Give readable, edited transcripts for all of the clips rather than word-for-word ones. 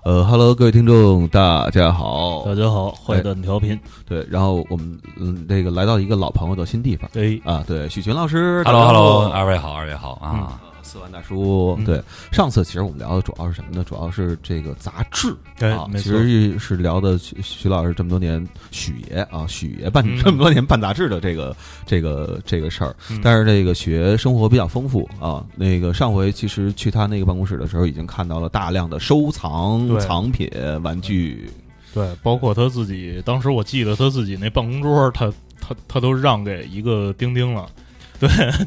Hello， 各位听众，大家好， 大家好，坏蛋调频， 对，然后我们这个来到一个老朋友的新地方，对，许群老师 ，Hello， 二位好啊。 4万大叔，对，上次其实我们聊的主要是什么呢？主要是这个杂志啊，其实是聊的徐老师这么多年，许爷办这么多年办杂志的这个事儿。但是这个许爷生活比较丰富啊，那个上回其实去他那个办公室的时候，已经看到了大量的收藏藏品、玩具， 对，包括他自己，当时我记得他自己那办公桌，他都让给一个钉钉了。对，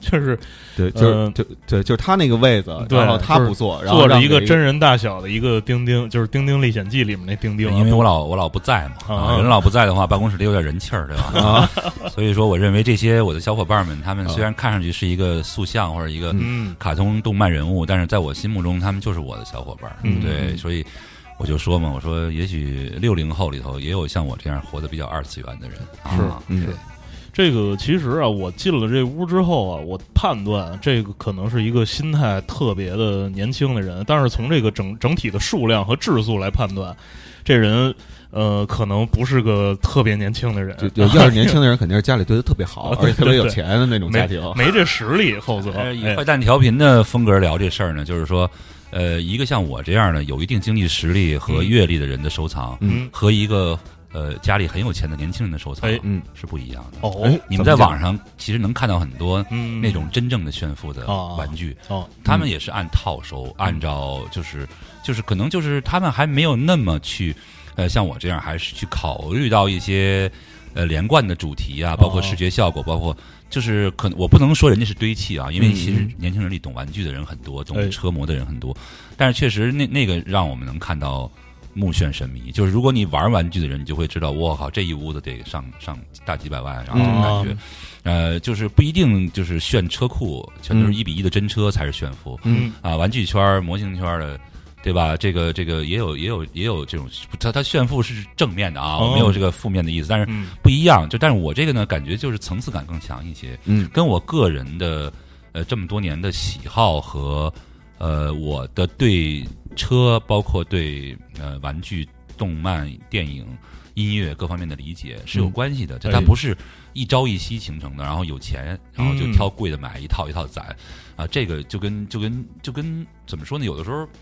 就是他那个位子，然后他不坐，然后坐着一个真人大小的一个钉钉，就是《丁丁历险记》里面那钉钉。 因为我老不在嘛，人老不在的话，办公室里有点人气儿，对吧？所以说，我认为这些我的小伙伴们，他们虽然看上去是一个塑像或者一个卡通动漫人物，但是在我心目中，他们就是我的小伙伴。对，所以我就说嘛，我说也许60后里头也有像我这样活得比较二次元的人。 是。这个其实啊，我进了这屋之后啊，我判断这个可能是一个心态特别的年轻的人，但是从这个整体的数量和质素来判断，这人可能不是个特别年轻的人。 要是年轻的人，肯定是家里对他特别好，而且特别有钱的那种家庭， 没这实力，否则以坏蛋调频的风格聊这事儿呢，就是说。一个像我这样的有一定经济实力和阅历的人的收藏，和一个家里很有钱的年轻人的收藏，是不一样的。你们在网上其实能看到很多那种真正的炫富的玩具，他们也是按套收，按照就是可能就是他们还没有那么去像我这样，还是去考虑到一些连贯的主题啊，包括视觉效果，包括。就是可能我不能说人家是堆砌啊，因为其实年轻人里懂玩具的人很多，懂车模的人很多，但是确实那个让我们能看到目眩神迷。就是如果你玩玩具的人，你就会知道，我靠，这一屋子得上大几百万，然后这种感觉，就是不一定就是炫车库，全都是1:1的真车才是炫富，玩具圈、模型圈的。对吧？这个也有这种，他炫富是正面的啊，我没有这个负面的意思，但是不一样。但是我这个呢，感觉就是层次感更强一些，跟我个人的这么多年的喜好和我的对车，包括对玩具、动漫、电影、音乐各方面的理解是有关系的。它不是一朝一夕形成的，然后有钱，然后就挑贵的买，一套一套攒啊。这个就跟怎么说呢？有的时候。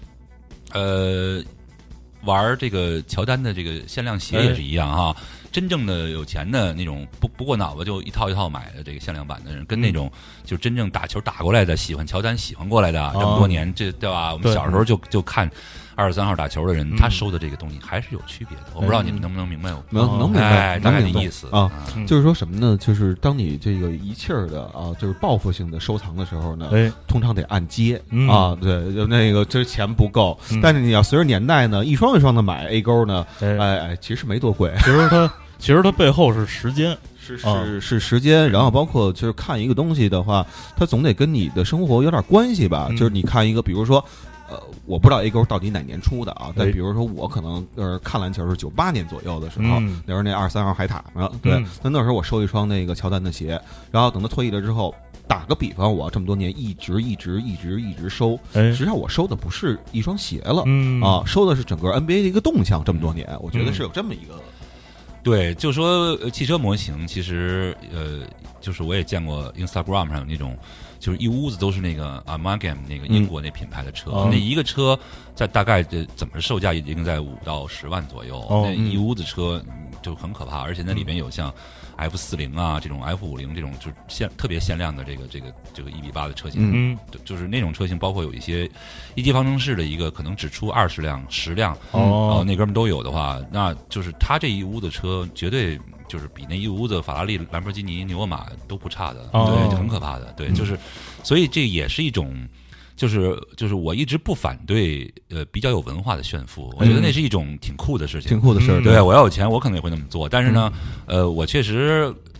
玩这个乔丹的这个限量鞋也是一样哈，真正的有钱的那种不过脑子就一套一套买的这个限量版的人，跟那种就真正打球打过来的，喜欢乔丹喜欢过来的，这么多年这对吧？我们小时候就看23号打球的人，他收的这个东西还是有区别的。我不知道你们能不能明白我？ 能明白， 大概的意思啊。就是说什么呢？就是当你这个一气儿的啊，就是报复性的收藏的时候呢，通常得按揭啊。对，那个这钱不够，但是你要随着年代呢，一双一双的买 A 勾呢，其实没多贵。 其实它背后是时间。 是时间，然后包括就是看一个东西的话，它总得跟你的生活有点关系吧。就是你看一个，比如说，我不知道 A 勾到底哪年出的啊，但比如说我可能看篮球是98年左右的时候，那时候那23号还打呢，对，那时候我收一双那个乔丹的鞋，然后等他退役了之后。打个比方，我这么多年一直收，实际上我收的不是一双鞋了，收的是整个 NBA 的一个动向。这么多年，我觉得是有这么一个。 对，就说汽车模型，其实就是我也见过 Instagram 上有那种，就是一屋子都是那个 Amalgam 那个英国那品牌的车，那一个车在大概怎么售价已经在5到10万左右，那一屋子车就很可怕，而且那里面有像。F40啊，这种 F50这种就是特别限量的这个1:8的车型，就是那种车型，包括有一些一级方程式的一个可能只出20辆、10辆，那哥们都有的话，那就是他这一屋子车绝对就是比那一屋子法拉利、兰博基尼、牛马都不差的，对，就很可怕的，对，就是所以这也是一种。就是我一直不反对比较有文化的炫富，我觉得那是一种挺酷的事情， 挺酷的事儿。 对，我要有钱，我可能也会那么做。但是呢，我确实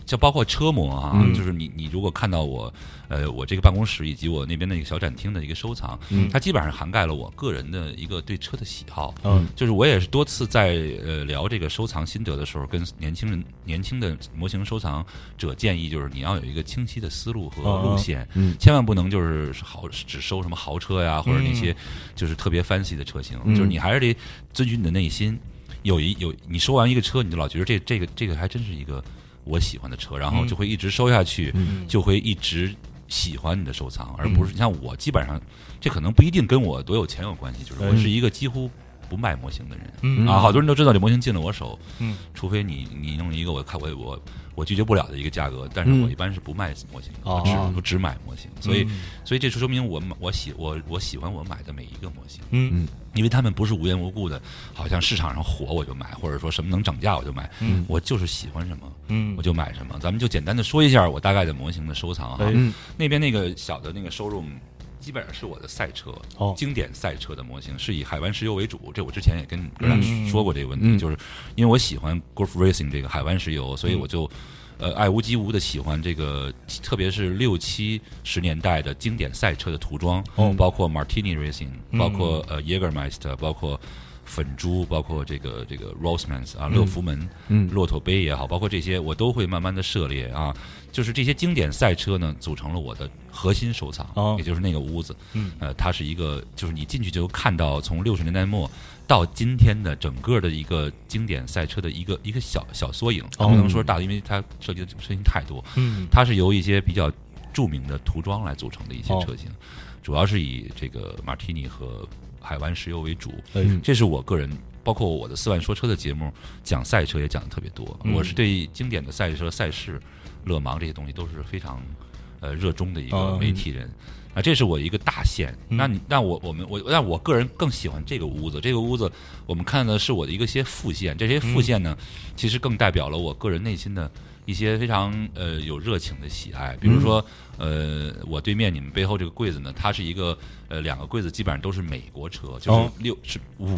就包括车模啊，就是你如果看到我这个办公室以及我那边的一个小展厅的一个收藏，它基本上涵盖了我个人的一个对车的喜好。就是我也是多次在聊这个收藏心得的时候，跟年轻的模型收藏者建议，就是你要有一个清晰的思路和路线，千万不能就是只收什么豪车呀，或者那些就是特别 fancy 的车型，就是你还是得遵循你的内心。你收完一个车，你就老觉得这个还真是一个我喜欢的车，然后就会一直收下去，就会一直喜欢你的收藏，而不是像我基本上，这可能不一定跟我多有钱有关系，就是我是一个几乎不卖模型的人好多人都知道这模型进了我手，除非你弄一个我拒绝不了的一个价格，但是我一般是不卖模型，我只买模型，所以这说明我喜欢我买的每一个模型，因为他们不是无缘无故的，好像市场上火我就买，或者说什么能涨价我就买，我就是喜欢什么，我就买什么。咱们就简单的说一下我大概的模型的收藏哈，那边那个小的那个showroom基本上是我的赛车，经典赛车的模型，是以海湾石油为主。这我之前也跟哥俩说过这个问题，就是因为我喜欢 Gulf Racing 这个海湾石油，所以我就爱屋及乌的喜欢这个，特别是60、70年代的经典赛车的涂装，包括 Martini Racing， 包括Jägermeister， 包括粉猪，包括这个 Rossmann 啊，乐福门，骆驼杯也好，包括这些我都会慢慢的涉猎啊。就是这些经典赛车呢，组成了我的核心收藏，也就是那个屋子。它是一个，就是你进去就看到从60年代末到今天的整个的一个经典赛车的一个小缩影。不能说大的，因为它涉及的车型太多。它是由一些比较著名的涂装来组成的一些车型，主要是以这个马提尼和海湾石油为主。这是我个人。包括我的4万说车的节目讲赛车也讲的特别多，我是对经典的赛车、赛事、勒芒这些东西都是非常热衷的一个媒体人。这是我一个大线。但我个人更喜欢这个屋子。这个屋子我们看的是我的一些副线，这些副线呢，其实更代表了我个人内心的一些非常有热情的喜爱。比如说我对面你们背后这个柜子呢，它是一个2个柜子基本上都是美国车，就是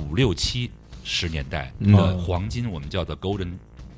5、6、7、10年代的黄金，我们叫做 Golden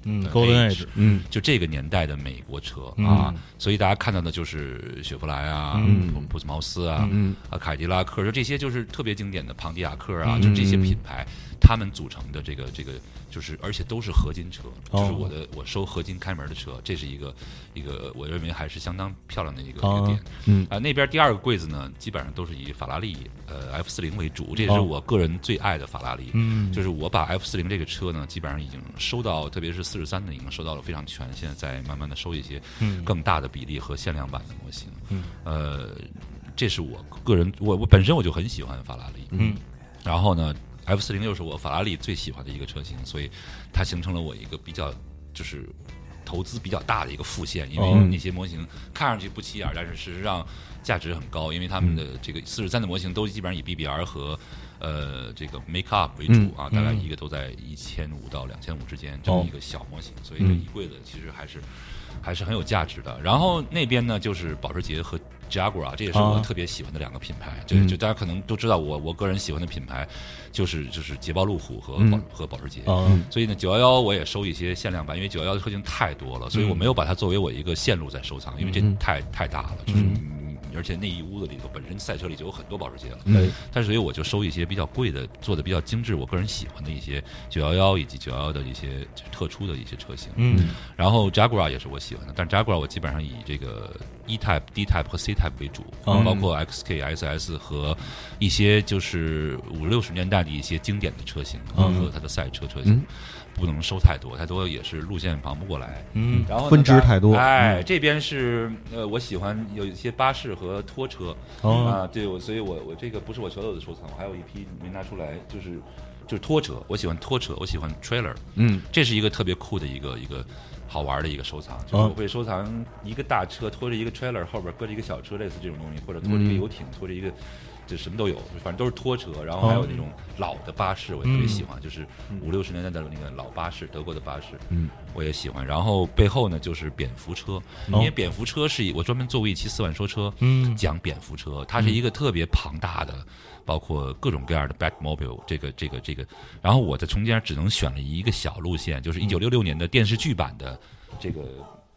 Age， 就这个年代的美国车啊，所以大家看到的就是雪佛兰啊，普斯茅斯啊，凯迪拉克，就这些就是特别经典的庞迪亚克啊，就这些品牌，他们组成的这个就是，而且都是合金车，就是我收合金开门的车，这是一个我认为还是相当漂亮的一个点。那边第2个柜子呢，基本上都是以法拉利F40为主，这也是我个人最爱的法拉利。就是我把 F40这个车呢，基本上已经收到，特别是43的已经收到了非常全，现在在慢慢的收一些更大的比例和限量版的模型。这是我个人，我本身我就很喜欢法拉利。然后呢，F40又是我法拉利最喜欢的一个车型，所以它形成了我一个比较就是投资比较大的一个副线，因为那些模型看上去不起眼，但是事实上价值很高，因为他们的这个43的模型都基本上以 BBR 和这个 Make Up 为主啊，大概一个都在1500到2500之间这么一个小模型，所以这一柜子其实还是很有价值的。然后那边呢就是保时捷和 Jaguar， 这也是我特别喜欢的2个品牌。就大家可能都知道我个人喜欢的品牌就是捷豹路虎和保时捷。所以呢911我也收一些限量版，因为911的车型太多了，所以我没有把它作为我一个线路在收藏，因为这太大了，就是而且那一屋子里头本身赛车里就有很多保时捷了。但是所以我就收一些比较贵的，做的比较精致，我个人喜欢的一些911以及911的一些特殊的一些车型。然后 Jaguar 也是我喜欢的，但是 Jaguar 我基本上以这个 E-Type、D-Type 和 C-Type 为主，包括 XK、SS 和一些就是50、60年代的一些经典的车型和它的赛车车型。不能收太多也是路线忙不过来。然后分支太多。 这边是我喜欢有一些巴士和拖车对，所以我这个不是我所有的收藏，我还有一批没拿出来，就是拖车，我喜欢拖车，我喜欢 trailer。这是一个特别酷的一个好玩的一个收藏，就是我会收藏一个大车拖着一个 trailer， 后边搁着一个小车，类似这种东西，或者拖着一个游艇，拖着一个。就什么都有，反正都是拖车，然后还有那种老的巴士，我也特别喜欢，就是50、60年代的那个老巴士，德国的巴士，我也喜欢。然后背后呢就是蝙蝠车，因为蝙蝠车是我专门做过一期4万说车，讲蝙蝠车，它是一个特别庞大的，包括各种各样的 Batmobile， 这个，然后我在中间只能选了一个小路线，就是1966年的电视剧版的这个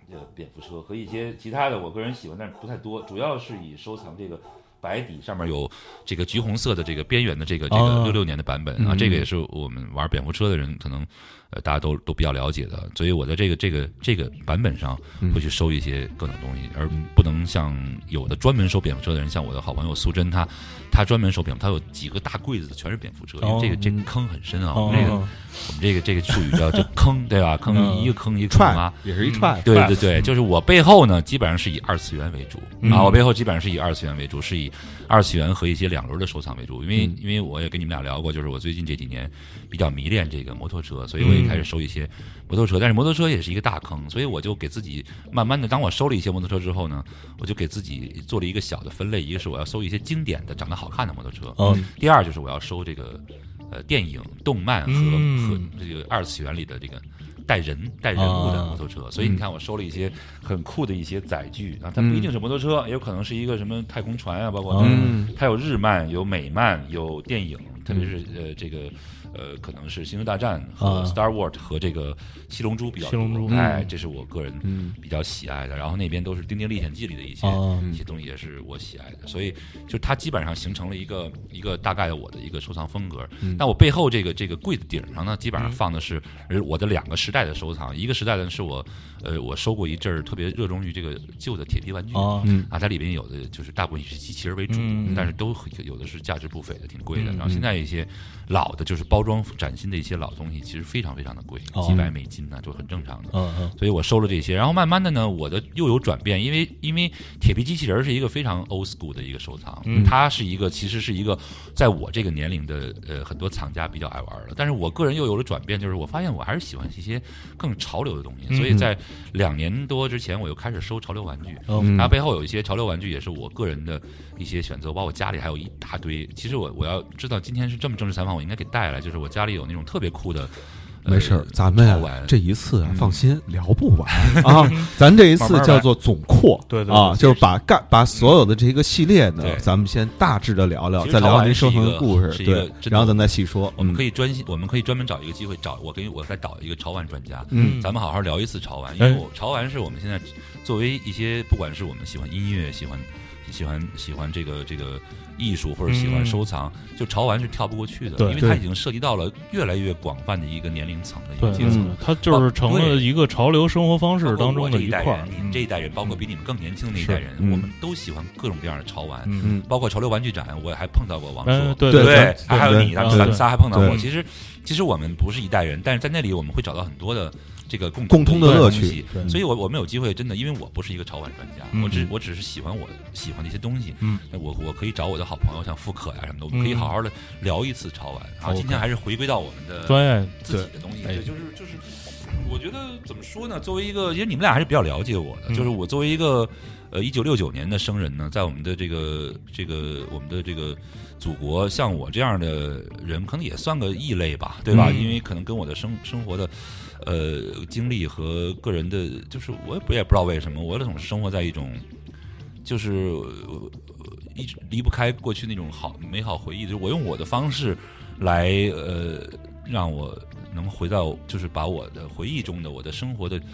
蝙蝠车和一些其他的我个人喜欢，但是不太多，主要是以收藏这个白底上面有这个橘红色的这个边缘的这个66年的版本啊，这个也是我们玩蝙蝠车的人可能大家都比较了解的，所以我在这个版本上会去收一些各种东西，而不能像有的专门收蝙蝠车的人，像我的好朋友苏珍，他专门收蝙蝠，他有几个大柜子全是蝙蝠车，因为这个坑很深啊，我们这个术语叫坑，对吧？坑一个坑一个坑啊， 也是一串， 对，就是我背后呢基本上是以二次元为主啊，我背后基本上是以二次元为主，是以二次元和一些两轮的收藏为主，因为我也跟你们俩聊过，就是我最近这几年比较迷恋这个摩托车，所以我也开始收一些摩托车，但是摩托车也是一个大坑，所以我就给自己慢慢的，当我收了一些摩托车之后呢，我就给自己做了一个小的分类，一个是我要收一些经典的长得好看的摩托车，第二就是我要收这个电影、动漫和这个二次元里的这个带人物的摩托车，所以你看我收了一些很酷的一些载具啊，它不一定是摩托车，也有可能是一个什么太空船啊，包括它有日漫、有美漫、有电影，特别是这个可能是《星球大战》和 Star Wars 和这个七龙珠比较多，这是我个人比较喜爱的。然后那边都是《丁丁历险记》里的一些东西，也是我喜爱的。所以就它基本上形成了一个大概的我的一个收藏风格。那我背后这个柜子顶上呢，基本上放的是我的2个时代的收藏。一个时代呢是我收过一阵儿，特别热衷于这个旧的铁皮玩具它里边有的就是大部分是机器人为主，但是都有的是价值不菲的，挺贵的。然后现在一些老的，就是包装崭新的一些老东西，其实非常非常的贵，几百美金呢，就很正常的。所以我收了这些，然后慢慢的呢，我的又有转变，因为铁皮机器人是一个非常 old school 的一个收藏，它是一个其实是一个在我这个年龄的很多藏家比较爱玩的，但是我个人又有了转变，就是我发现我还是喜欢一些更潮流的东西，所以在2年多之前，我又开始收潮流玩具，它背后有一些潮流玩具也是我个人的一些选择，包括家里还有一大堆。其实我要知道今天是这么正式采访，我应该给带来，就是我家里有那种特别酷的。 没事，咱们这一次放心聊不完啊！咱这一次叫做总括， 对啊，就是把所有的这个系列呢，咱们先大致的聊聊，再聊您收藏的故事，对，然后咱再细说。 我们可以专门找一个机会我再找一个潮玩专家，咱们好好聊一次潮玩，因为潮玩是我们现在作为一些不管是我们喜欢音乐、喜欢这个艺术或者喜欢收藏，就潮玩是跳不过去的，因为它已经涉及到了越来越广泛的一个年龄层的一个阶层， 它就是成了一个潮流生活方式当中的一块。 你们这一代人，包括比你们更年轻的那一代人，我们都喜欢各种各样的潮玩，包括潮流玩具展，我还碰到过王朔， 对， 还有你，咱们仨还碰到过。其实我们不是一代人，但是在那里我们会找到很多的这个共通的乐趣， 所以我们有机会真的，因为我不是一个潮玩专家，我只是喜欢我喜欢的一些东西，我可以找我的好朋友像富可呀什么的，我们可以好好的聊一次潮玩。然后今天还是回归到我们的自己的东西，就是我觉得怎么说呢？作为一个，因为你们俩还是比较了解我的，就是我作为一个1969年的生人呢，在我们的这个我们的这个祖国，像我这样的人可能也算个异类吧，对吧？因为可能跟我的生活的经历和个人的，就是我也不知道为什么，我总是生活在一种就是一直离不开过去那种美好回忆，就是我用我的方式来让我能回到，就是把我的回忆中的我的生活的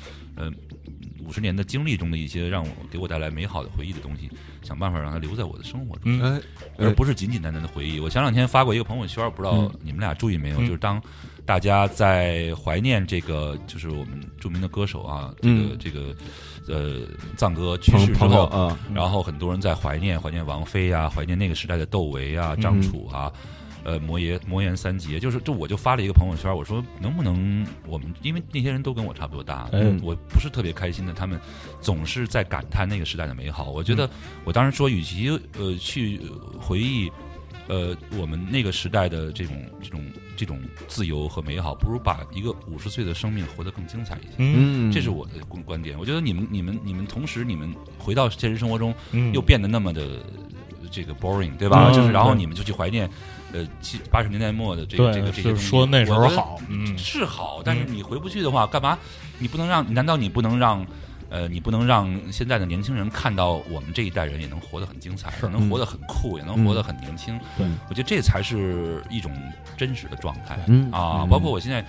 50年的经历中的一些给我带来美好的回忆的东西，想办法让它留在我的生活中，而不是仅简单的回忆。我前2天发过一个朋友圈，不知道你们俩注意没有，就是当大家在怀念这个，就是我们著名的歌手啊，这个藏歌去世之后，然后很多人在怀念王菲啊，怀念那个时代的窦唯啊、张楚啊。魔岩三杰，我就发了一个朋友圈，我说能不能我们，因为那些人都跟我差不多大，我不是特别开心的，他们总是在感叹那个时代的美好。我觉得我当时说，与其去回忆我们那个时代的这种自由和美好，不如把一个50岁的生命活得更精彩一些。这是我的观点。我觉得你们同时你们回到现实生活中，又变得那么的这个 boring， 对吧？就是然后你们就去怀念。80年代末的这个些东西， 说那时候好， 是好，但是你回不去的话，干嘛？难道你不能让现在的年轻人看到我们这一代人也能活得很精彩，能活得很酷，也能活得很年轻？我觉得这才是一种真实的状态啊！包括我现在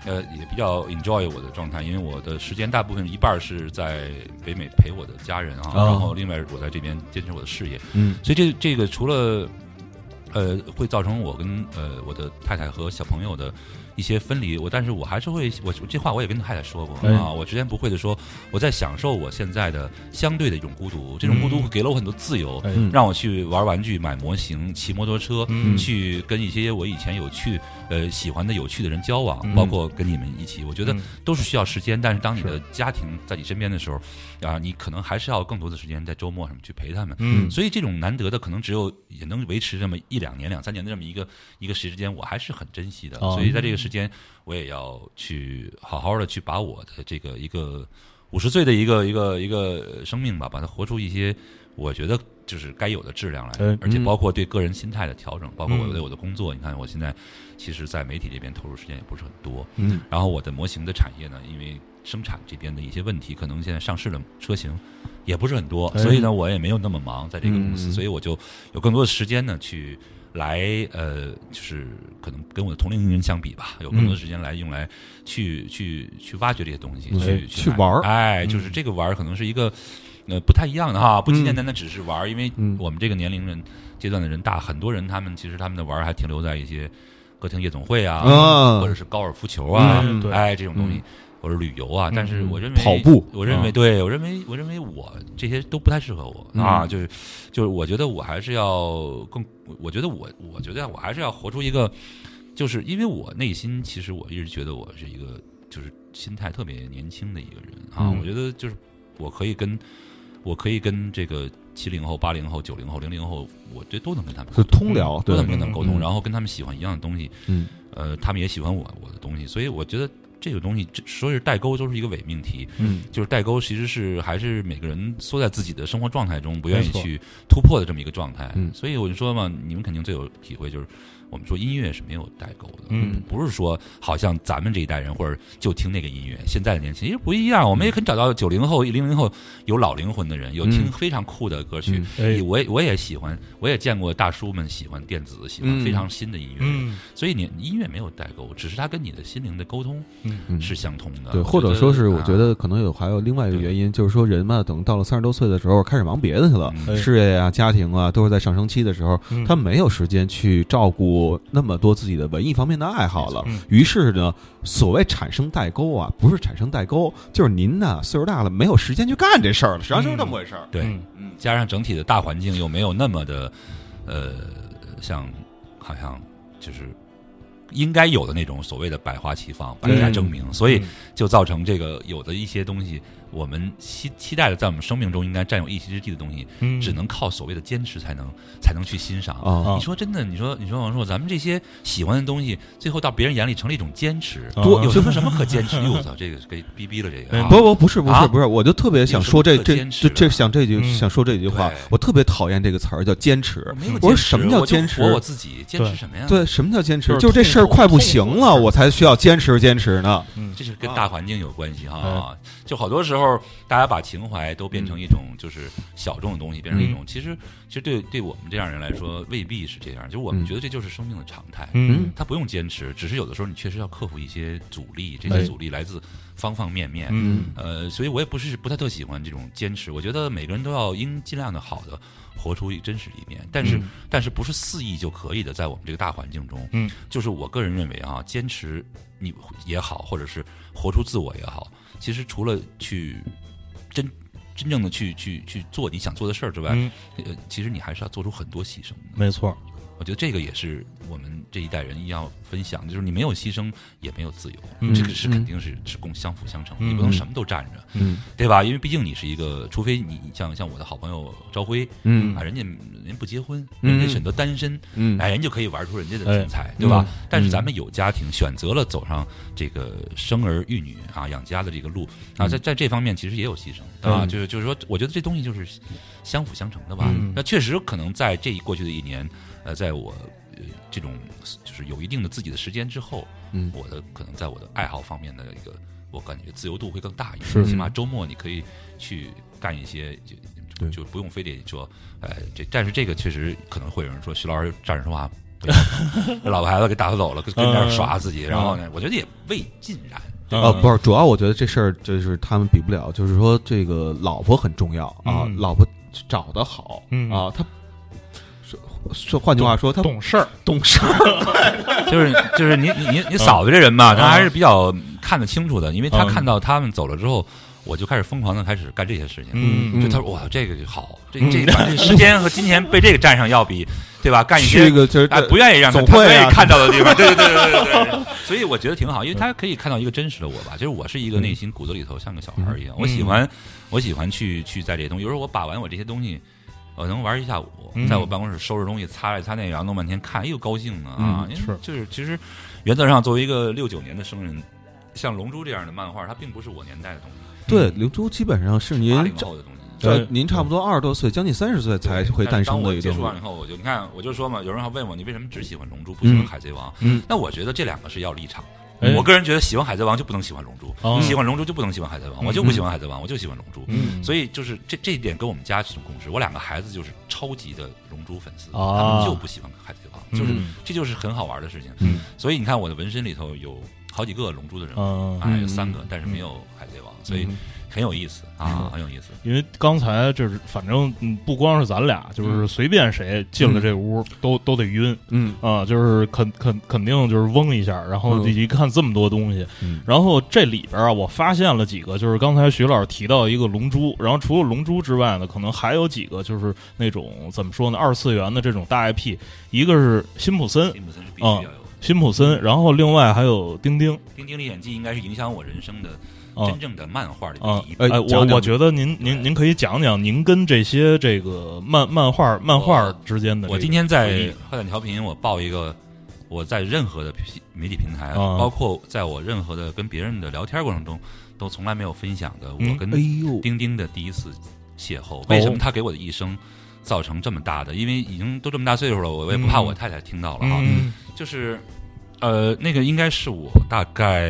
也比较 enjoy 我的状态，因为我的时间大部分一半是在北美陪我的家人啊，然后另外我在这边坚持我的事业。所以这个除了会造成我跟我的太太和小朋友的一些分离，但是我还是会，我这话我也跟太太说过啊，我直言不讳的说，我在享受我现在的相对的一种孤独，这种孤独给了我很多自由，让我去玩玩具、买模型、骑摩托车，去跟一些我以前喜欢的有趣的人交往，包括跟你们一起，我觉得都是需要时间。但是当你的家庭在你身边的时候，啊，你可能还是要更多的时间在周末上去陪他们。所以这种难得的，可能只有也能维持这么1-2年、2-3年的这么一个时间，我还是很珍惜的。所以在这个时间，我也要去好好的去把我的这个一个50岁的一个生命吧，把它活出一些我觉得就是该有的质量来，而且包括对个人心态的调整，包括我的工作。你看我现在其实在媒体这边投入时间也不是很多，然后我的模型的产业呢，因为生产这边的一些问题，可能现在上市的车型也不是很多，所以呢我也没有那么忙在这个公司，所以我就有更多的时间呢去来就是可能跟我的同龄人相比吧，有更多的时间来用来去挖掘这些东西，去玩。 哎，就是这个玩可能是一个不太一样的哈，不简单的只是玩，因为我们这个年龄人阶段的人大，很多人他们其实他们的玩还停留在一些歌厅夜总会啊，或者是高尔夫球啊，哎这种东西。或者旅游啊，但是我认为跑步， 我认为我这些都不太适合我啊，就是我觉得我还是要更，我觉得我还是要活出一个，就是因为我内心其实我一直觉得我是一个就是心态特别年轻的一个人啊，我觉得就是我可以跟这个70后、80后、90后、00后，我这都能跟他们通聊， 都能跟他们沟通，然后跟他们喜欢一样的东西，他们也喜欢我的东西，所以我觉得。这个东西说是代沟都是一个伪命题，就是代沟其实是还是每个人缩在自己的生活状态中不愿意去突破的这么一个状态，所以我就说嘛，你们肯定最有体会，就是我们说音乐是没有代沟的，不是说好像咱们这一代人或者就听那个音乐，现在的年轻人不一样，我们也可以找到90后、00后有老灵魂的人，有听非常酷的歌曲，我也喜欢，我也见过大叔们喜欢电子，喜欢非常新的音乐，所以你音乐没有代沟，只是它跟你的心灵的沟通是相通的， 对，或者说是我觉得可能还有另外一个原因，就是说人嘛，等到了30多岁的时候开始忙别的去了，事业啊、家庭啊都是在上升期的时候，他没有时间去照顾那么多自己的文艺方面的爱好了，于是呢，所谓产生代沟啊，不是产生代沟，就是您呢岁数大了，没有时间去干这事儿了，实际上就是这么回事儿。 对，加上整体的大环境又没有那么的，像好像就是应该有的那种所谓的百花齐放、百家争鸣，所以就造成这个有的一些东西。我们期待的在我们生命中应该占有一席之地的东西，只能靠所谓的坚持才能去欣赏。你说真的，你说王硕，咱们这些喜欢的东西，最后到别人眼里成了一种坚持，有什么可坚持？我操，这个给逼了这个。 不是，我就特别想说想说这句话，我特别讨厌这个词儿叫坚持。我说什么叫坚持？ 我自己坚持什么呀？ 对，什么叫坚持？就是这事儿快不行了，我才需要坚持呢。 这是跟大环境有关系哈。就好多时候，大家把情怀都变成一种就是小众的东西，变成一种其实对我们这样人来说未必是这样。就是我们觉得这就是生命的常态，它不用坚持，只是有的时候你确实要克服一些阻力，这些阻力来自方方面面。所以我也不太喜欢这种坚持。我觉得每个人都要尽量的好的活出真实的一面，但是不是肆意就可以的，在我们这个大环境中，就是我个人认为啊，坚持你也好，或者是活出自我也好，其实除了去真正的去做你想做的事儿之外，其实你还是要做出很多牺牲的。 没错。 我觉得这个也是我们这一代人一样分享的，就是你没有牺牲也没有自由，这个是肯定是相辅相成，你不能什么都占着，对吧？因为毕竟你是一个，除非你像我的好朋友朝晖，人家不结婚，人家选择单身，人就可以玩出人家的精彩，对吧？但是咱们有家庭，选择了走上这个生儿育女啊养家的这个路啊，在这方面其实也有牺牲啊，就是说，我觉得这东西就是相辅相成的吧。那确实可能在过去的一年。在我这种就是有一定的自己的时间之后，我的可能在我的爱好方面的一个，我感觉自由度会更大一点。起码周末你可以去干一些，就不用非得说，但是这个确实可能会有人说徐老师站着说话不要，老婆孩子给打发走了，跟那儿耍自己，然后呢，我觉得也未尽然。 不是，主要我觉得这事儿就是他们比不了，就是说这个老婆很重要啊，老婆找得好啊，他说换句话说，他懂事儿， 就是你嫂子这人吧，他还是比较看得清楚的，因为他看到他们走了之后。我就开始疯狂的开始干这些事情，就他说哇这个好，这时间和金钱被这个占上要比对吧？干一些就是不愿意让他愿意看到的地方，对，所以我觉得挺好，因为他可以看到一个真实的我吧，就是我是一个内心骨子里头像个小孩一样，我喜欢去在这些东西，有时候我把玩我这些东西，我能玩一下午，在我办公室收拾东西，擦来擦那，然后弄半天看，哎呦高兴呢啊！就是其实原则上作为一个69年的生人，像《龙珠》这样的漫画，它并不是我年代的东西。 对，龙珠基本上是您您差不多20多岁，将近30岁才会诞生的一个。 接触完以后，你看，我就说嘛，有人还问我，你为什么只喜欢龙珠，不喜欢海贼王？那我觉得这两个是要立场的。我个人觉得，喜欢海贼王就不能喜欢龙珠，喜欢龙珠就不能喜欢海贼王。我就不喜欢海贼王，我就喜欢龙珠。所以就是这一点跟我们家是共识。我2个孩子就是超级的龙珠粉丝，他们就不喜欢海贼王，这就是很好玩的事情。所以你看，我的纹身里头有好几个龙珠的人物，有3个，但是没有海贼王，所以很有意思啊，很有意思。 因为刚才就是反正不光是咱俩，就是随便谁进了这屋都得晕，就是肯定就是嗡一下，然后一看这么多东西，然后这里边啊，我发现了几个，就是刚才徐老师提到一个龙珠，然后除了龙珠之外呢，可能还有几个就是那种怎么说呢，2次元的这种大 IP， 一个是辛普森，辛普森，然后另外还有丁丁历险记应该是影响我人生的真正的漫画的第一。 我觉得您可以讲讲您跟这些这个漫画之间的。 我今天在坏蛋调频，我报一个，我在任何的媒体平台，包括在我任何的跟别人的聊天过程中，都从来没有分享的我跟丁丁的第一次邂逅。为什么他给我的一生造成这么大的？因为已经都这么大岁数了，我也不怕我太太听到了哈。就是那个应该是我大概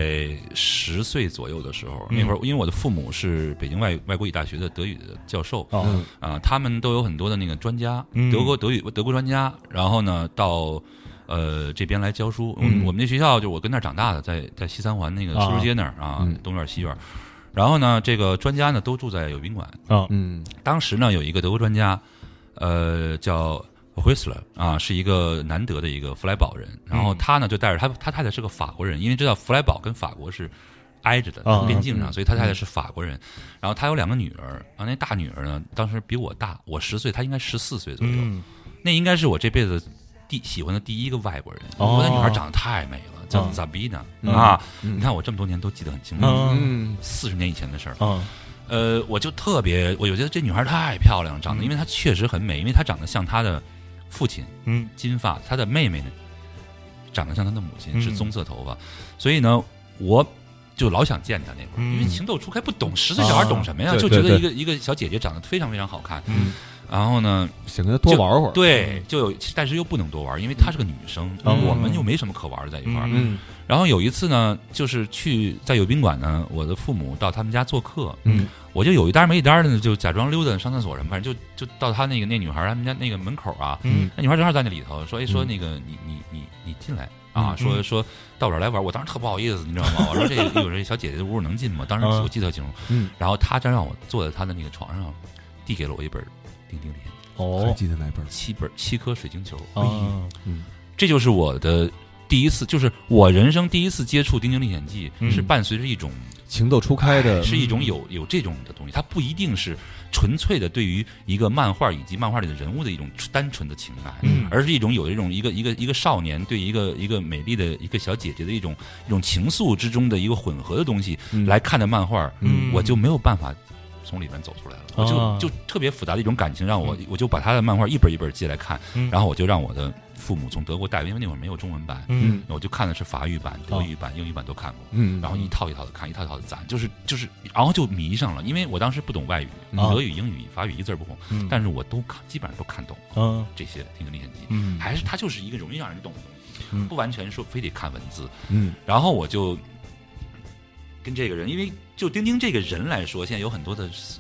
10岁左右的时候，那会儿因为我的父母是北京外国语大学的德语的教授，他们都有很多的那个专家，德国专家，然后呢到这边来教书。我们那学校就我跟那儿长大的，在西三环那个苏州街那儿东院西院。然后呢，这个专家呢都住在有宾馆当时呢有一个德国专家，叫Whistler 是一个难得的一个弗莱堡人，然后他呢就带着他太太是个法国人，因为知道弗莱堡跟法国是挨着的边境上，所以他太太是法国人。然后他有2个女儿，那大女儿呢当时比我大，我10岁，她应该14岁左右。那应该是我这辈子喜欢的第一个外国人。我的女孩长得太美了，叫 Zabina 你看我这么多年都记得很清楚，40年以前的事儿。我就特别，我觉得这女孩太漂亮，长得，因为她确实很美，因为她长得像她的父亲，金发，她的妹妹呢，长得像她的母亲，是棕色头发，所以呢，我就老想见她那会儿，因为情窦初开，不懂，10岁小孩懂什么呀，就觉得一个小姐姐长得非常非常好看，然后呢， 想跟她多玩会儿， 对，但是又不能多玩，因为她是个女生，我们又没什么可玩的在一块儿。然后有一次呢，就是在有宾馆呢，我的父母到他们家做客，我就有一搭没一搭的呢，就假装溜达上厕所什么，反正就到他那女孩他们家那个门口那女孩正好在那里头，说那个你进来说到我这儿来玩，我当时特不好意思，你知道吗？我说有这小姐姐的屋能进吗？当时我记得清楚，然后他真让我坐在他的那个床上，递给了我一本丁丁历险记， 还记得哪本 ？7颗水晶球这就是我的第一次，就是我人生第一次接触《丁丁历险记》，是伴随着一种情窦初开的， 是一种有这种的东西。它不一定是纯粹的对于一个漫画以及漫画里的人物的一种单纯的情感，而是一种有一种一个少年对一个美丽的一个小姐姐的一种情愫之中的一个混合的东西来看的漫画，我就没有办法从里面走出来了。我就特别复杂的一种感情，让我就把他的漫画一本一本借来看，然后我就让我的父母从德国带，因为那会儿没有中文版，我就看的是法语版、德语版、英语版都看过，然后一套一套的看，一套一套的攒，就是，然后就迷上了。因为我当时不懂外语，德语、英语、法语一字不懂，但是我都基本上都看懂这些《丁丁历险记》，还是它就是一个容易让人懂的东西，不完全说非得看文字。然后我就跟这个人，因为就丁丁这个人来说，现在有很多的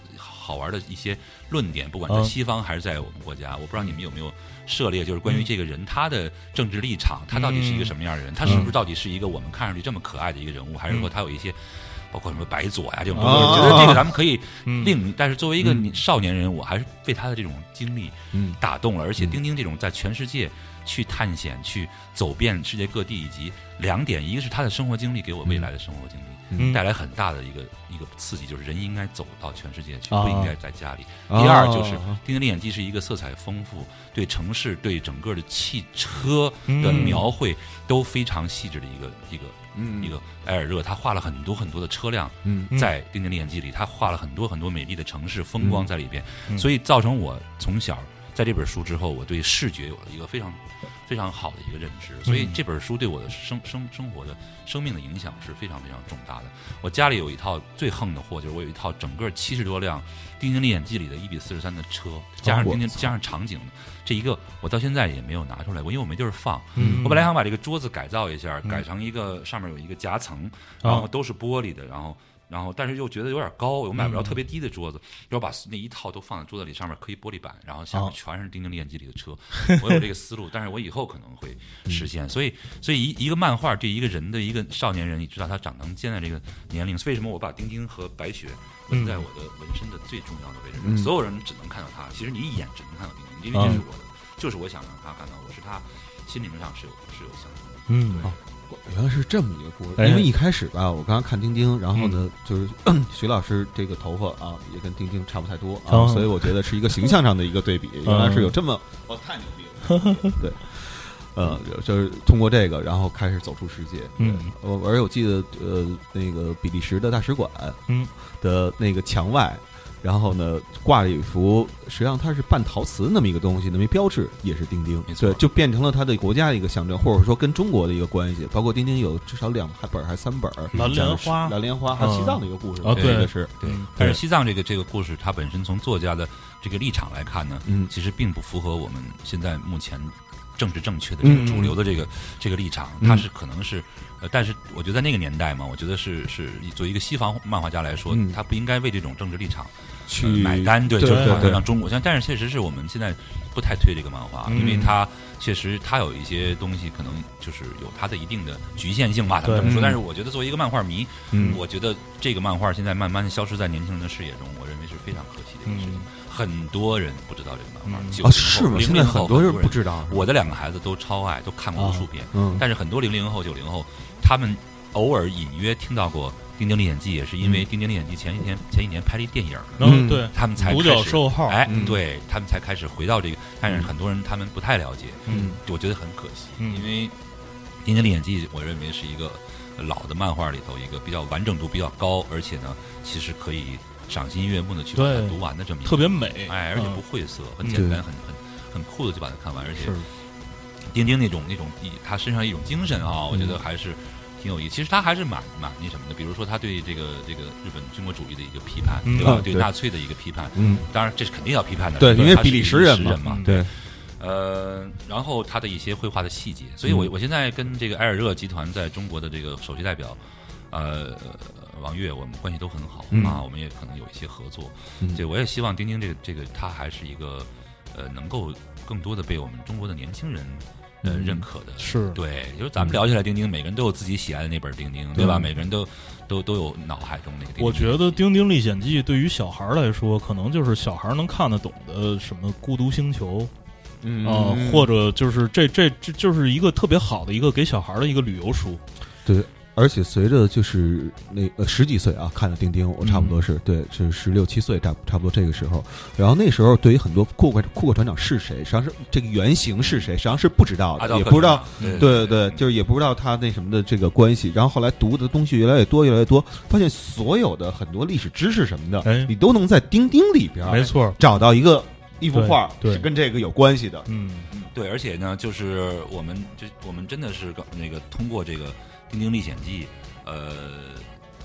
好玩的一些论点，不管在西方还是在我们国家，我不知道你们有没有涉猎，就是关于这个人他的政治立场，他到底是一个什么样的人，他是不是到底是一个我们看上去这么可爱的一个人物，还是说他有一些包括什么白左呀这种，我觉得这个咱们可以另，但是作为一个少年人，我还是被他的这种经历打动了，而且丁丁这种在全世界去探险、去走遍世界各地，以及2点，一个是他的生活经历给我未来的生活经历带来很大的一个刺激，就是人应该走到全世界去，不应该在家里。第二就是《丁丁历险记》是一个色彩丰富，对城市、对整个的汽车的描绘都非常细致的一个埃尔热，他画了很多很多的车辆，在《丁丁历险记》里，他画了很多很多美丽的城市风光在里边，所以造成我从小在这本书之后，我对视觉有了一个非常非常好的一个认知，所以这本书对我的生活的生命的影响是非常非常重大的。我家里有一套最横的货，就是我有一套整个70多辆《丁丁历险记》里的1:43的车，加上场景的这一个，我到现在也没有拿出来过，因为我没地儿放。我本来想把这个桌子改造一下，改成一个上面有一个夹层，然后都是玻璃的，然后但是又觉得有点高，我买不着特别低的桌子，要把那一套都放在桌子里，上面刻一玻璃板，然后下面全是《丁丁历险记》里的车。我有这个思路，但是我以后可能会实现。所以一个漫画对一个人的一个少年人，你知道他长成现在这个年龄，为什么我把丁丁和白雪纹在我的纹身的最重要的位置？所有人只能看到他，其实你一眼只能看到丁丁，因为这是我的，就是我想让他看到我是他心灵上是有相通的。 原来是这么一个故事，因为一开始吧，我刚刚看丁丁，然后呢，就是徐老师这个头发啊，也跟丁丁差不太多啊，所以我觉得是一个形象上的一个对比。原来是有这么，太牛逼了，对，就是通过这个，然后开始走出世界。而且我记得那个比利时的大使馆，的那个墙外。然后呢，挂着一幅，实际上它是半陶瓷那么一个东西，那么一标志也是丁丁，对，就变成了它的国家的一个象征，或者说跟中国的一个关系。包括丁丁有至少2本还是3本， 蓝莲花，还有西藏的一个故事啊，对， 是，对。但是西藏这个故事，它本身从作家的这个立场来看呢，其实并不符合我们现在目前政治正确的这个主流的这个立场，它是可能是。但是我觉得在那个年代嘛，我觉得是作为一个西方漫画家来说，他不应该为这种政治立场去买单，对，就是让中国。但是确实是我们现在不太推这个漫画，因为它确实它有一些东西可能就是有它的一定的局限性吧，他们这么说。但是我觉得作为一个漫画迷，我觉得这个漫画现在慢慢消失在年轻人的视野中，我认为是非常可惜的一个事情。很多人不知道这个漫画， 是吗？现在很多人不知道。 我的2个孩子都超爱，都看过无数遍。但是很多00后、90后，他们偶尔隐约听到过《丁丁历险记》，也是因为《丁丁历险记》前一年拍了一电影， 对， 他们才独角兽号， 对他们才开始回到这个。但是很多人他们不太了解，我觉得很可惜，因为《丁丁历险记》我认为是一个老的漫画里头一个比较完整度比较高，而且呢，其实可以赏心悦目的去把它读完的这么一个特别美， 而且不晦涩，很简单，很酷的就把它看完，而且丁丁那种他身上一种精神啊，我觉得还是挺有意思。其实他还是蛮那什么的，比如说他对这个日本军国主义的一个批判，对吧？对纳粹的一个批判，当然这是肯定要批判的， 对，因为比利时人嘛， 对。 然后他的一些绘画的细节，所以我现在跟这个埃尔热集团在中国的这个首席代表，王悦，我们关系都很好啊，我们也可能有一些合作。对，我也希望丁丁这个他还是一个能够更多的被我们中国的年轻人认可的， 是对，就是咱们聊起来丁丁，每个人都有自己喜爱的那本丁丁，对吧？每个人都有脑海中那个丁丁。 我觉得《丁丁历险记》对于小孩来说，可能就是小孩能看得懂的什么《孤独星球》。或者就是这就是一个特别好的一个给小孩的一个旅游书， 对，而且随着就是那10几岁啊看的丁丁，我差不多是对，是16、17岁差不多这个时候，然后那时候对于很多库克船长是谁，实际上是这个原型是谁，实际上是不知道的，也不知道，对，就是也不知道他那什么的这个关系，然后后来读的东西越来越多，发现所有的很多历史知识什么的，你都能在丁丁里边， 没错， 找到一幅画是跟这个有关系的， 对，而且呢，就是我们真的是那个通过这个《丁丁历险记》，